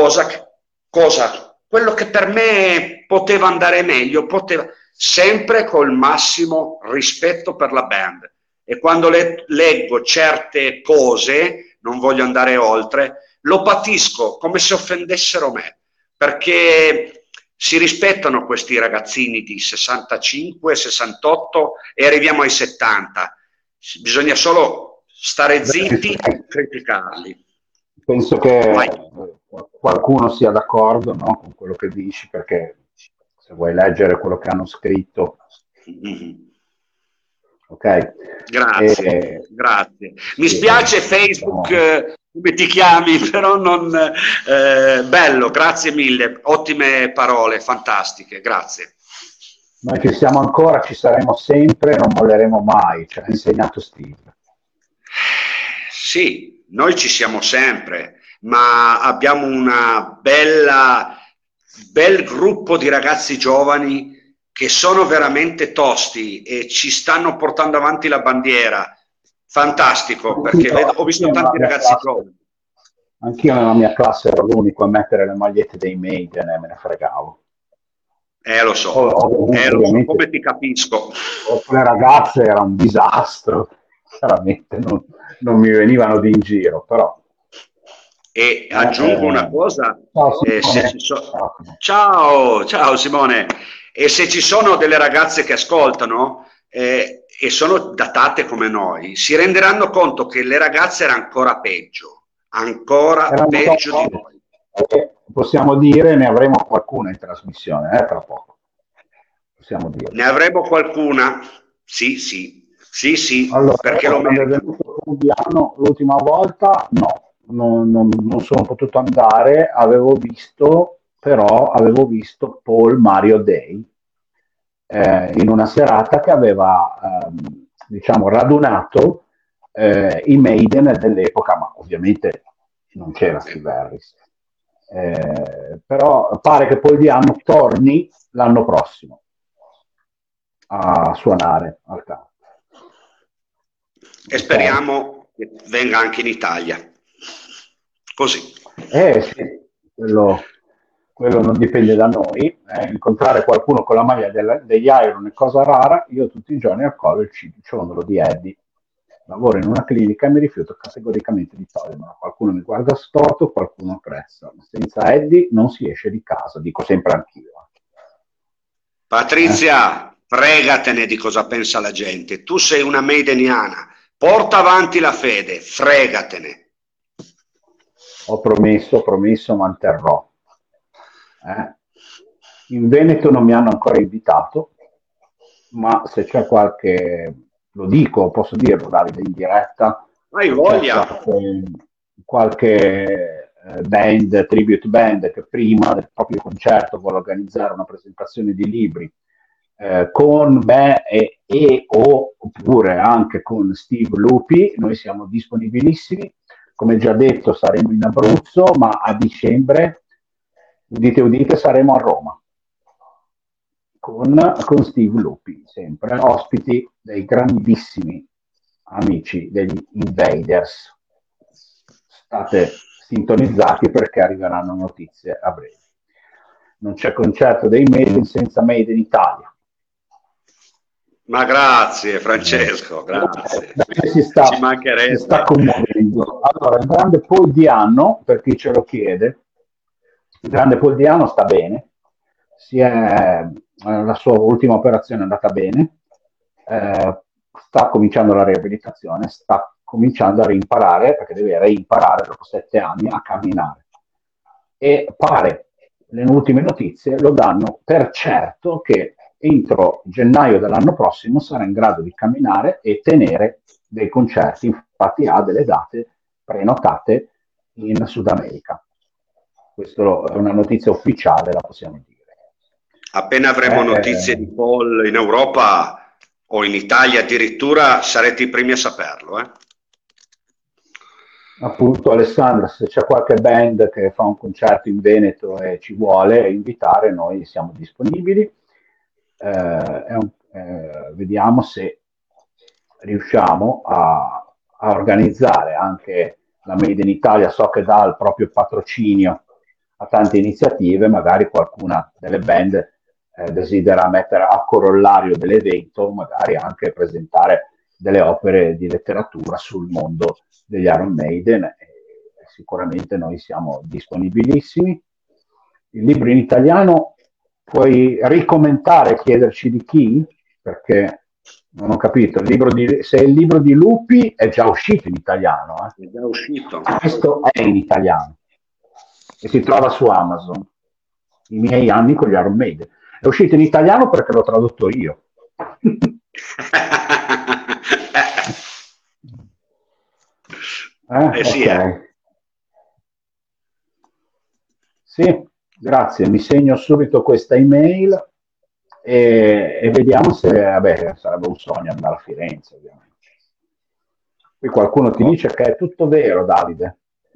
quello che per me poteva andare meglio, sempre col massimo rispetto per la band. E quando leggo certe cose, non voglio andare oltre, lo patisco come se offendessero me, perché si rispettano questi ragazzini di 65, 68 e arriviamo ai 70. Bisogna solo stare zitti e criticarli. Penso che qualcuno sia d'accordo, no, con quello che dici, perché se vuoi leggere quello che hanno scritto, ok? Grazie. Mi spiace Facebook, come ti chiami, però non bello, grazie mille, ottime parole, fantastiche, grazie. Noi ci siamo ancora, ci saremo sempre, non molleremo mai, ci ha insegnato Steve. Sì, noi ci siamo sempre, ma abbiamo una bel gruppo di ragazzi giovani che sono veramente tosti e ci stanno portando avanti la bandiera. Fantastico, perché ho visto tanti ragazzi giovani. Anch'io nella mia classe ero l'unico a mettere le magliette dei Maiden e me ne fregavo. Lo so, come ti capisco. Le ragazze era un disastro, chiaramente non mi venivano di in giro, però. E aggiungo una cosa, ciao Simone, e se ci sono delle ragazze che ascoltano e sono datate come noi, si renderanno conto che le ragazze erano ancora peggio di noi. possiamo dire ne avremo qualcuna in trasmissione, tra poco. Possiamo dire. Ne avremo qualcuna? Sì, Allora, perché lo quando è meritano. venuto Fulviano l'ultima volta, no, non sono potuto andare, avevo visto Paul Mario Day in una serata che aveva, diciamo, radunato i Maiden dell'epoca, ma ovviamente non c'era Steve Harris. Però pare che Paul Diano torni l'anno prossimo a suonare al campo. E speriamo che venga anche in Italia. Così. Sì, quello non dipende da noi. Incontrare qualcuno con la maglia degli Iron è cosa rara. Io tutti i giorni al collo il ciondolo di Eddie. Lavoro in una clinica e mi rifiuto categoricamente di togliermelo. Qualcuno mi guarda storto, qualcuno apprezza. Senza Eddie non si esce di casa, dico sempre anch'io. Patrizia, fregatene di cosa pensa la gente. Tu sei una maideniana. Porta avanti la fede, fregatene. Ho promesso, manterrò. In Veneto non mi hanno ancora invitato, ma se c'è lo dico, posso dirlo, Davide, in diretta. Hai voglia? Qualche band, tribute band, che prima del proprio concerto vuole organizzare una presentazione di libri con me oppure anche con Steve Lupi, noi siamo disponibilissimi. Come già detto, saremo in Abruzzo, ma a dicembre, udite, saremo a Roma con Steve Lupi, sempre ospiti dei grandissimi amici degli Invaders. State sintonizzati perché arriveranno notizie a breve. Non c'è concerto dei Maiden senza Made in Italia. Ma grazie Francesco, grazie. Ci mancherebbe. Si sta commuovendo. Allora, il grande Paul Diano, per chi ce lo chiede, il grande Paul Diano sta bene, la sua ultima operazione è andata bene, sta cominciando la riabilitazione, sta cominciando a reimparare, perché deve reimparare dopo 7 anni a camminare. E pare, le ultime notizie lo danno per certo che entro gennaio dell'anno prossimo sarà in grado di camminare e tenere dei concerti. Infatti ha delle date prenotate in Sud America. Questa è una notizia ufficiale, la possiamo dire. Appena avremo notizie di Paul in Europa o in Italia addirittura, sarete i primi a saperlo. Appunto, Alessandra, se c'è qualche band che fa un concerto in Veneto e ci vuole invitare, noi siamo disponibili. Vediamo se riusciamo a organizzare anche la Made in Italia. So che dà il proprio patrocinio a tante iniziative, magari qualcuna delle band desidera mettere a corollario dell'evento, magari anche presentare delle opere di letteratura sul mondo degli Iron Maiden. Sicuramente noi siamo disponibilissimi. Il libro in italiano puoi ricommentare, chiederci di chi, perché non ho capito. Se il libro di Lupi è già uscito in italiano. È già uscito. Questo è in italiano e si trova su Amazon. I miei anni con gli Iron Maiden. È uscito in italiano perché l'ho tradotto io. Sì, Sì, grazie. Mi segno subito questa email e vediamo se, sarebbe un sogno andare a Firenze, ovviamente. Qui qualcuno ti dice che è tutto vero, Davide.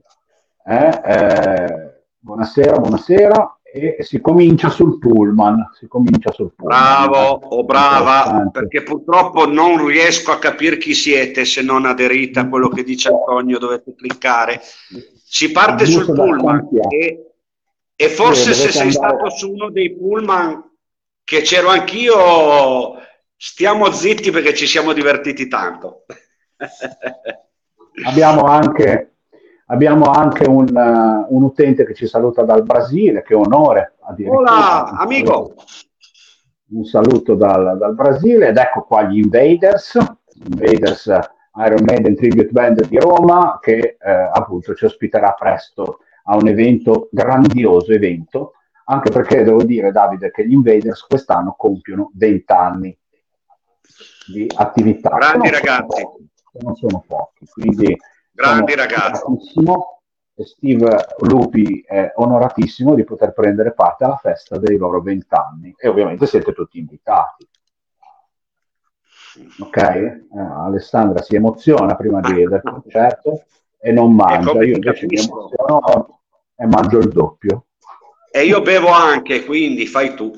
Buonasera. E si comincia sul pullman. Bravo o brava, perché purtroppo non riesco a capire chi siete se non aderite a quello che dice Antonio, dovete cliccare. Si parte sul pullman e forse se sei stato su uno dei pullman che c'ero anch'io, stiamo zitti perché ci siamo divertiti tanto. Abbiamo anche un utente che ci saluta dal Brasile, che onore. Hola, amico! Un saluto dal Brasile, ed ecco qua gli Invaders Iron Maiden Tribute Band di Roma, che appunto ci ospiterà presto a un evento, grandioso evento, anche perché devo dire, Davide, che gli Invaders quest'anno compiono 20 anni di attività. Grandi ragazzi. Non sono pochi, quindi Grandi sono ragazzi. onoratissimo e Steve Lupi è onoratissimo di poter prendere parte alla festa dei loro 20 anni e ovviamente siete tutti invitati. Ok? Alessandra si emoziona prima del concerto e non mangia, io invece mi emoziono e mangio il doppio. E io bevo anche, quindi fai tu.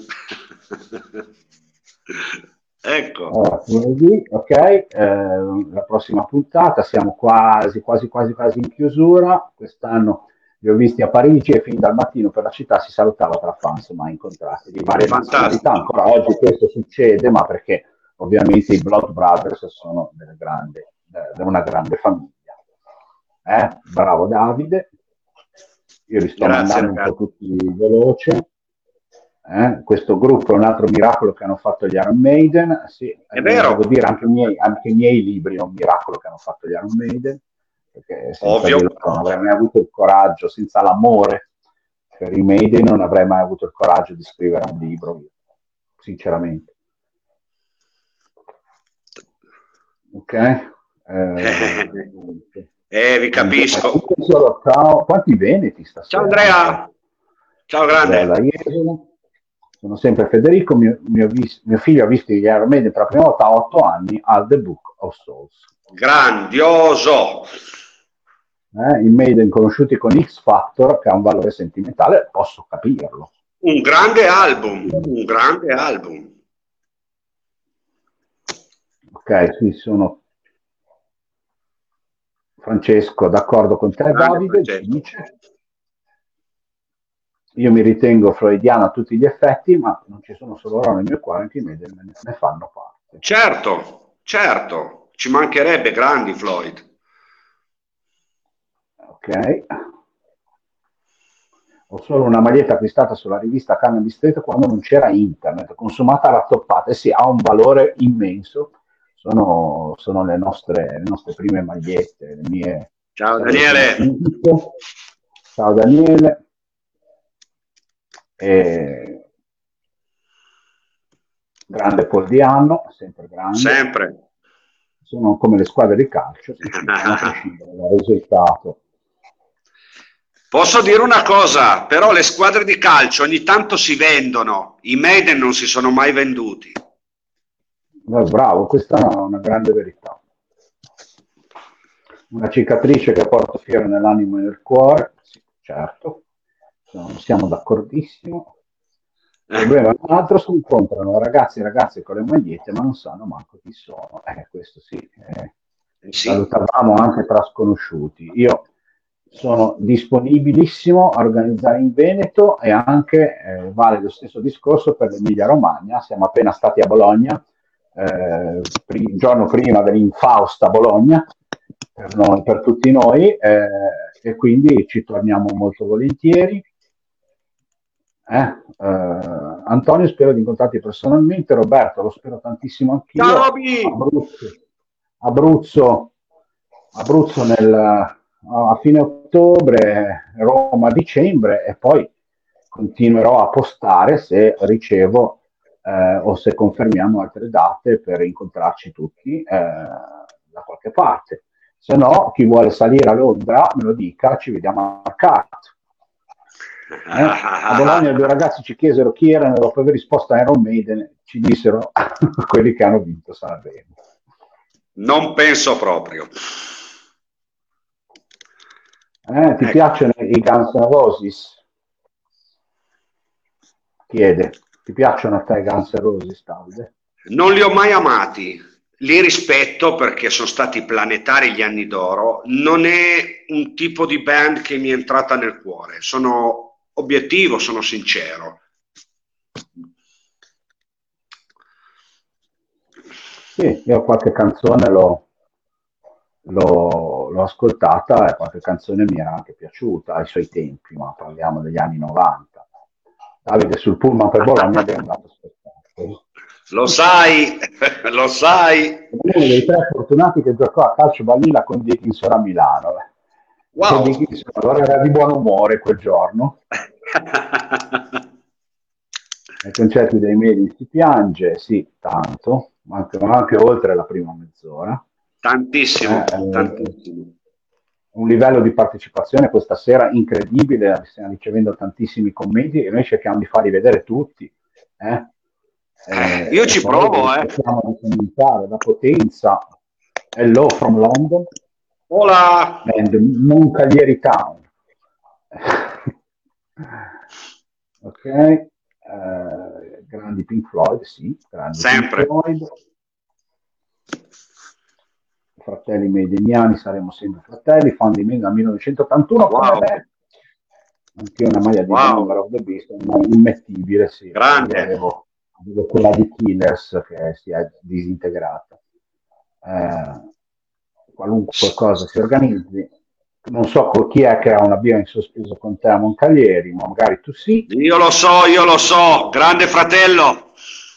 Ecco. Lunedì, ok, la prossima puntata, siamo quasi in chiusura. Quest'anno li ho visti a Parigi e fin dal mattino per la città si salutava tra fans mai incontrati di varie nazionalità. Ancora oggi questo succede, ma perché ovviamente i Blood Brothers sono una grande famiglia. Bravo Davide, io li sto mandando un po' tutti veloce. Questo gruppo è un altro miracolo che hanno fatto gli Iron Maiden, sì, è vero. Devo dire anche i miei libri è un miracolo che hanno fatto gli Iron Maiden, perché senza di loro non avrei mai avuto il coraggio, senza l'amore per i Maiden non avrei mai avuto il coraggio di scrivere un libro, sinceramente. Ok? Vi capisco. Ciao, quanti veneti stasera? Ciao Andrea, ciao grande. Sono sempre Federico, mio figlio ha visto gli Iron Maiden per la prima volta a 8 anni al The Book of Souls. Grandioso! I Maiden conosciuti con X Factor, che ha un valore sentimentale, posso capirlo. Un grande album. Ok, sì, sono Francesco, d'accordo con te, Davide, dice. Io mi ritengo freudiano a tutti gli effetti, ma non ci sono solo loro nel mio cuore, anche i Maiden ne fanno parte. Certo, ci mancherebbe, grandi Floyd. Ok. Ho solo una maglietta acquistata sulla rivista Cannabis Street quando non c'era internet, consumata rattoppata, e sì, ha un valore immenso. Sono le nostre prime magliette, le mie. Ciao Daniele. Ciao Daniele. Grande Poldiano, sempre grande. Sempre. Sono come le squadre di calcio, si a prescindere dal risultato. Posso dire una cosa, però le squadre di calcio ogni tanto si vendono, i Maiden non si sono mai venduti. Bravo, questa è una grande verità. Una cicatrice che porto fiero nell'animo e nel cuore, sì, certo, siamo d'accordissimo. Il problema è un altro, si incontrano ragazzi e ragazze con le magliette ma non sanno manco chi sono. Questo sì, salutavamo anche tra sconosciuti. Io sono disponibilissimo a organizzare in Veneto e anche vale lo stesso discorso per l'Emilia Romagna. Siamo appena stati a Bologna, il giorno prima dell'infausta Bologna per tutti noi, e quindi ci torniamo molto volentieri. Antonio, spero di incontrarti personalmente. Roberto, lo spero tantissimo anch'io. Ciao, Abruzzo a fine ottobre, Roma a dicembre, e poi continuerò a postare se ricevo o se confermiamo altre date per incontrarci tutti da qualche parte. Se no, chi vuole salire a Londra me lo dica, ci vediamo al CART. A Bologna 2 ragazzi ci chiesero chi erano, dopo aver risposto a Iron Maiden ci dissero quelli che hanno vinto Sanremo. Non penso proprio. Ti piacciono i Guns N' Roses? Chiede. Ti piacciono a te i Guns N' Roses, Davide? Non li ho mai amati, li rispetto perché sono stati planetari gli anni d'oro, non è un tipo di band che mi è entrata nel cuore, sono obiettivo, sono sincero. Sì, io qualche canzone l'ho ascoltata e qualche canzone mi era anche piaciuta ai suoi tempi, ma parliamo degli anni 90. Davide, sul pullman per Bologna abbiamo dato spettacolo. Lo sai. Uno dei 3 fortunati che giocò a calcio balilla con Dickinson a Milano. Wow! Allora era di buon umore quel giorno. Ai concerti dei Medi si piange, sì, tanto, ma anche oltre la prima mezz'ora. Tantissimo, Eh, tantissimo. un livello di partecipazione questa sera incredibile, stiamo ricevendo tantissimi commenti e noi cerchiamo di farli vedere tutti. Eh? Io E ci poi provo, eh. cerchiamo di commentare la potenza. Hello from London Hola! and Moncalieri Town. Ok, grandi Pink Floyd, sì, grandi Pink Sempre. Floyd. Fratelli Medeniani, saremo sempre fratelli, fan di me dal 1981 come Wow, me. Anche io una maglia di The Number wow, of the Beast, ma immettibile, sì. Io grande. avevo quella di Killers che si è disintegrata. Qualunque cosa si organizzi, non so chi è che ha una via in sospeso con te a Moncalieri, ma magari tu sì. Io lo so, grande fratello.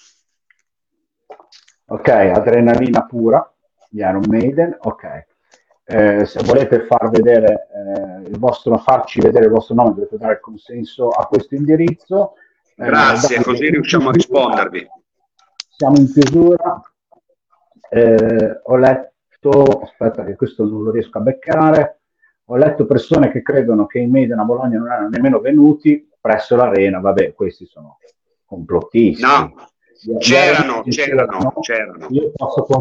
Ok, adrenalina pura, gli Iron Maiden, ok. Se volete far vedere farci vedere il vostro nome, dovete dare il consenso a questo indirizzo. Grazie, Davide, così in riusciamo a chiusura, rispondervi. siamo in chiusura. Ho letto, aspetta che questo non lo riesco a beccare, ho letto persone che credono che i Maiden a Bologna non erano nemmeno venuti presso l'arena, vabbè, questi sono complottisti. No, Gli Iron Maiden c'erano. io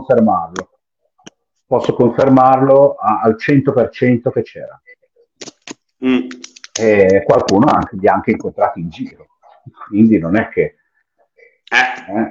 posso confermarlo al 100% che c'era. Mm. E qualcuno li ha anche incontrati in giro, quindi non è che... Eh.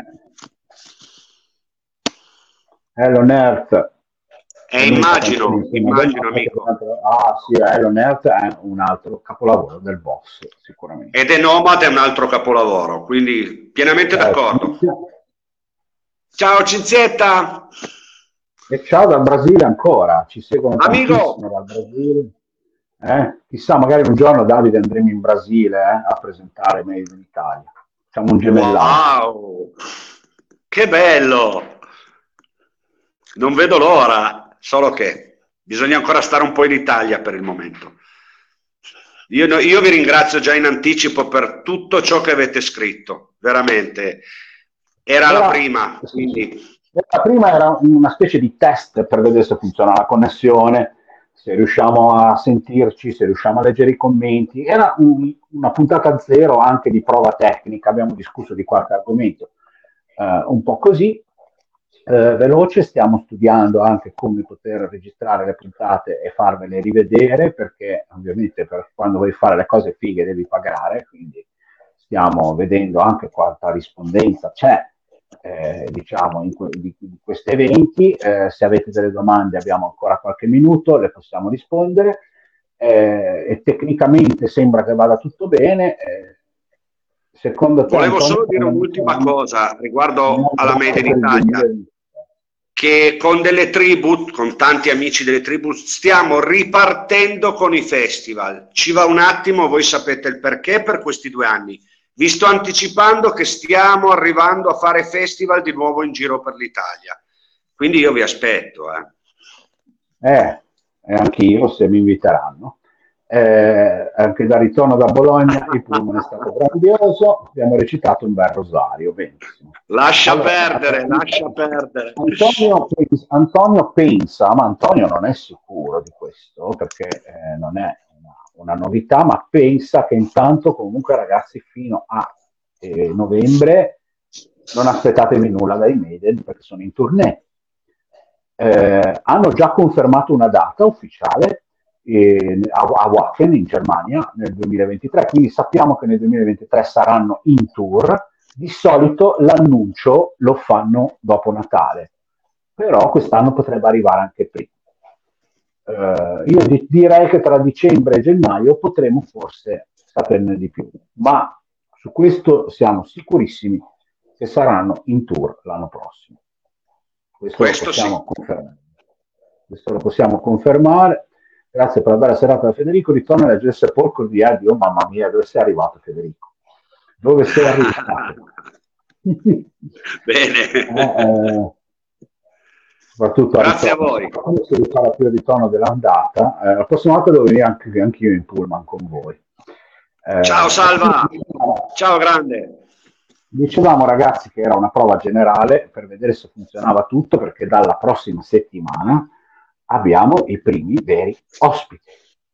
Elon Earth, E l'unica canzone insieme a immagino, Donato, amico. sì, Elon Earth è un altro capolavoro del boss, sicuramente. Ed è Nomad è un altro capolavoro, quindi pienamente Ciao d'accordo. Cinzia. Ciao Cinzietta! E ciao dal Brasile ancora, ci seguono Amigo! tantissimo dal Brasile. Chissà, magari un giorno Davide andremo in Brasile a presentare Made in Italia. Facciamo un gemellaggio. Wow! Che bello! Non vedo l'ora, solo che bisogna ancora stare un po' in Italia per il momento. Io vi ringrazio già in anticipo per tutto ciò che avete scritto, veramente. Era la prima, Sì, sì. quindi La prima era una specie di test per vedere se funziona la connessione, se riusciamo a sentirci, se riusciamo a leggere i commenti. Era una puntata zero anche di prova tecnica, abbiamo discusso di qualche argomento un po' così, veloce, stiamo studiando anche come poter registrare le puntate e farvele rivedere, perché ovviamente per quando vuoi fare le cose fighe devi pagare, quindi stiamo vedendo anche quanta rispondenza c'è diciamo di questi eventi. Se avete delle domande abbiamo ancora qualche minuto, le possiamo rispondere. E tecnicamente sembra che vada tutto bene. Secondo te, volevo Antonio, solo dire un'ultima cosa riguardo alla Made in Italia, che con delle tribù, con tanti amici delle tribù, stiamo ripartendo con i festival. Ci va un attimo, voi sapete il perché per questi 2 anni. Vi sto anticipando che stiamo arrivando a fare festival di nuovo in giro per l'Italia. Quindi io vi aspetto. E anch'io, se mi inviteranno. Anche da ritorno da Bologna il pullman è stato grandioso, abbiamo recitato un bel rosario, benissimo. Lascia Allora, perdere, lascia perdere. Antonio pensa, ma Antonio non è sicuro di questo perché non è una novità, ma pensa che intanto comunque ragazzi fino a novembre non aspettatevi nulla dai Maiden perché sono in tournée. Hanno già confermato una data ufficiale a Wacken in Germania nel 2023, quindi sappiamo che nel 2023 saranno in tour. Di solito l'annuncio lo fanno dopo Natale, però quest'anno potrebbe arrivare anche prima. Io direi che tra dicembre e gennaio potremo forse saperne di più, ma su questo siamo sicurissimi che saranno in tour l'anno prossimo. Questo sì. Questo lo possiamo confermare. Grazie per la bella serata da Federico. Ritorno a leggere Sepolcro di Eddie. Oh mamma mia, dove sei arrivato Federico? Dove sei arrivato? Bene. soprattutto a Grazie a ritorno. voi. Quando si rifà più il ritorno dell'andata, la prossima volta devo venire anche io in pullman con voi. Ciao Salva, Dicevamo, ciao grande. dicevamo, ragazzi, che era una prova generale per vedere se funzionava tutto, perché dalla prossima settimana abbiamo i primi veri ospiti.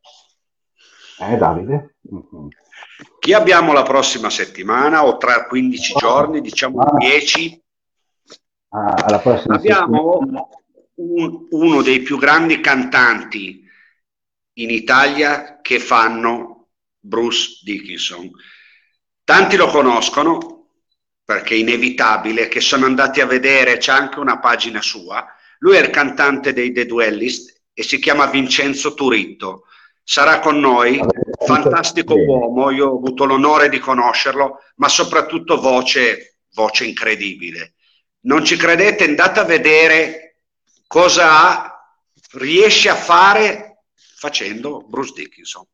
Davide? Mm-hmm. Chi abbiamo la prossima settimana o tra 15 giorni, diciamo 10? Alla prossima Abbiamo settimana. uno dei più grandi cantanti in Italia che fanno Bruce Dickinson. Tanti lo conoscono perché è inevitabile, che sono andati a vedere, c'è anche una pagina sua. Lui è il cantante dei The Duellist e si chiama Vincenzo Turitto. Sarà con noi, fantastico uomo, io ho avuto l'onore di conoscerlo, ma soprattutto voce incredibile. Non ci credete? Andate a vedere cosa riesce a fare facendo Bruce Dickinson.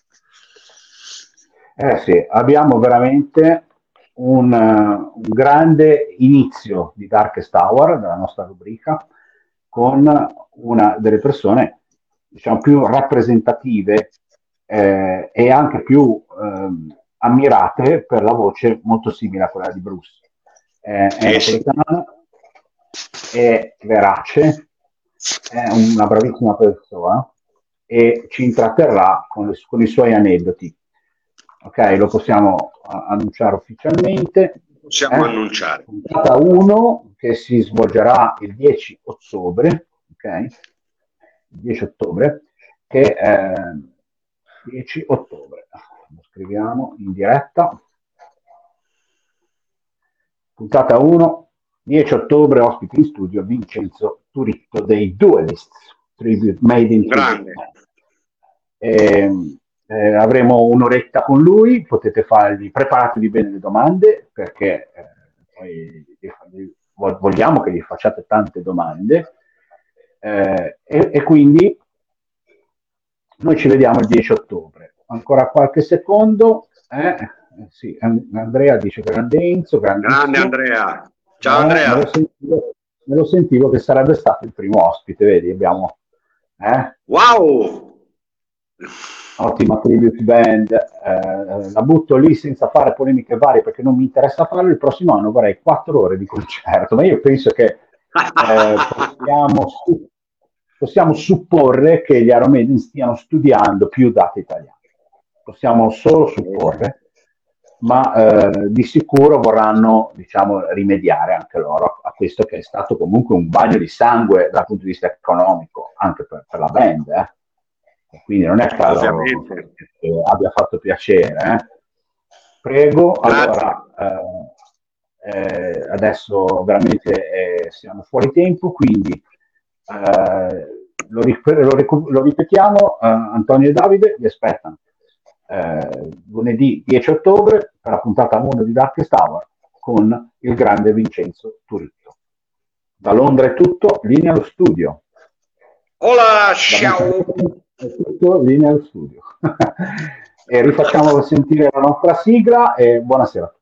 Sì, abbiamo veramente un grande inizio di Darkest Hour, della nostra rubrica, con una delle persone, diciamo, più rappresentative e anche più ammirate per la voce molto simile a quella di Bruce. È napoletano, è verace, è una bravissima persona e ci intratterrà con i suoi aneddoti. Ok, lo possiamo annunciare ufficialmente. Possiamo annunciare. Puntata 1 che si svolgerà il 10 ottobre, ok? Il 10 ottobre, che 10 ottobre, lo scriviamo in diretta. Puntata 1, 10 ottobre, ospite in studio Vincenzo Turitto dei Duelists, Tribute Made in Grande. Avremo un'oretta con lui, potete preparatevi bene le domande, perché vogliamo che gli facciate tante domande, e quindi noi ci vediamo il 10 ottobre. Ancora qualche secondo. Sì, Andrea dice grande Enzo, grande Andrea. Ciao Andrea. Me lo sentivo che sarebbe stato il primo ospite, vedi, abbiamo... Wow! Ottima tribute band, la butto lì senza fare polemiche varie perché non mi interessa farlo. Il prossimo anno vorrei 4 ore di concerto, ma io penso che possiamo supporre che gli Iron Maiden stiano studiando più date italiane. Possiamo solo supporre, ma di sicuro vorranno, diciamo, rimediare anche loro a questo che è stato comunque un bagno di sangue dal punto di vista economico, anche per la band, quindi non è che abbia fatto piacere. Prego. Allora, adesso veramente siamo fuori tempo, quindi lo ripetiamo. Antonio e Davide vi aspettano lunedì 10 ottobre per la puntata 1 di Darkest Hour con il grande Vincenzo Turitto. Da Londra è tutto, linea allo studio. Hola, ciao! Tutto, linea allo studio. E rifacciamo sentire la nostra sigla e buonasera.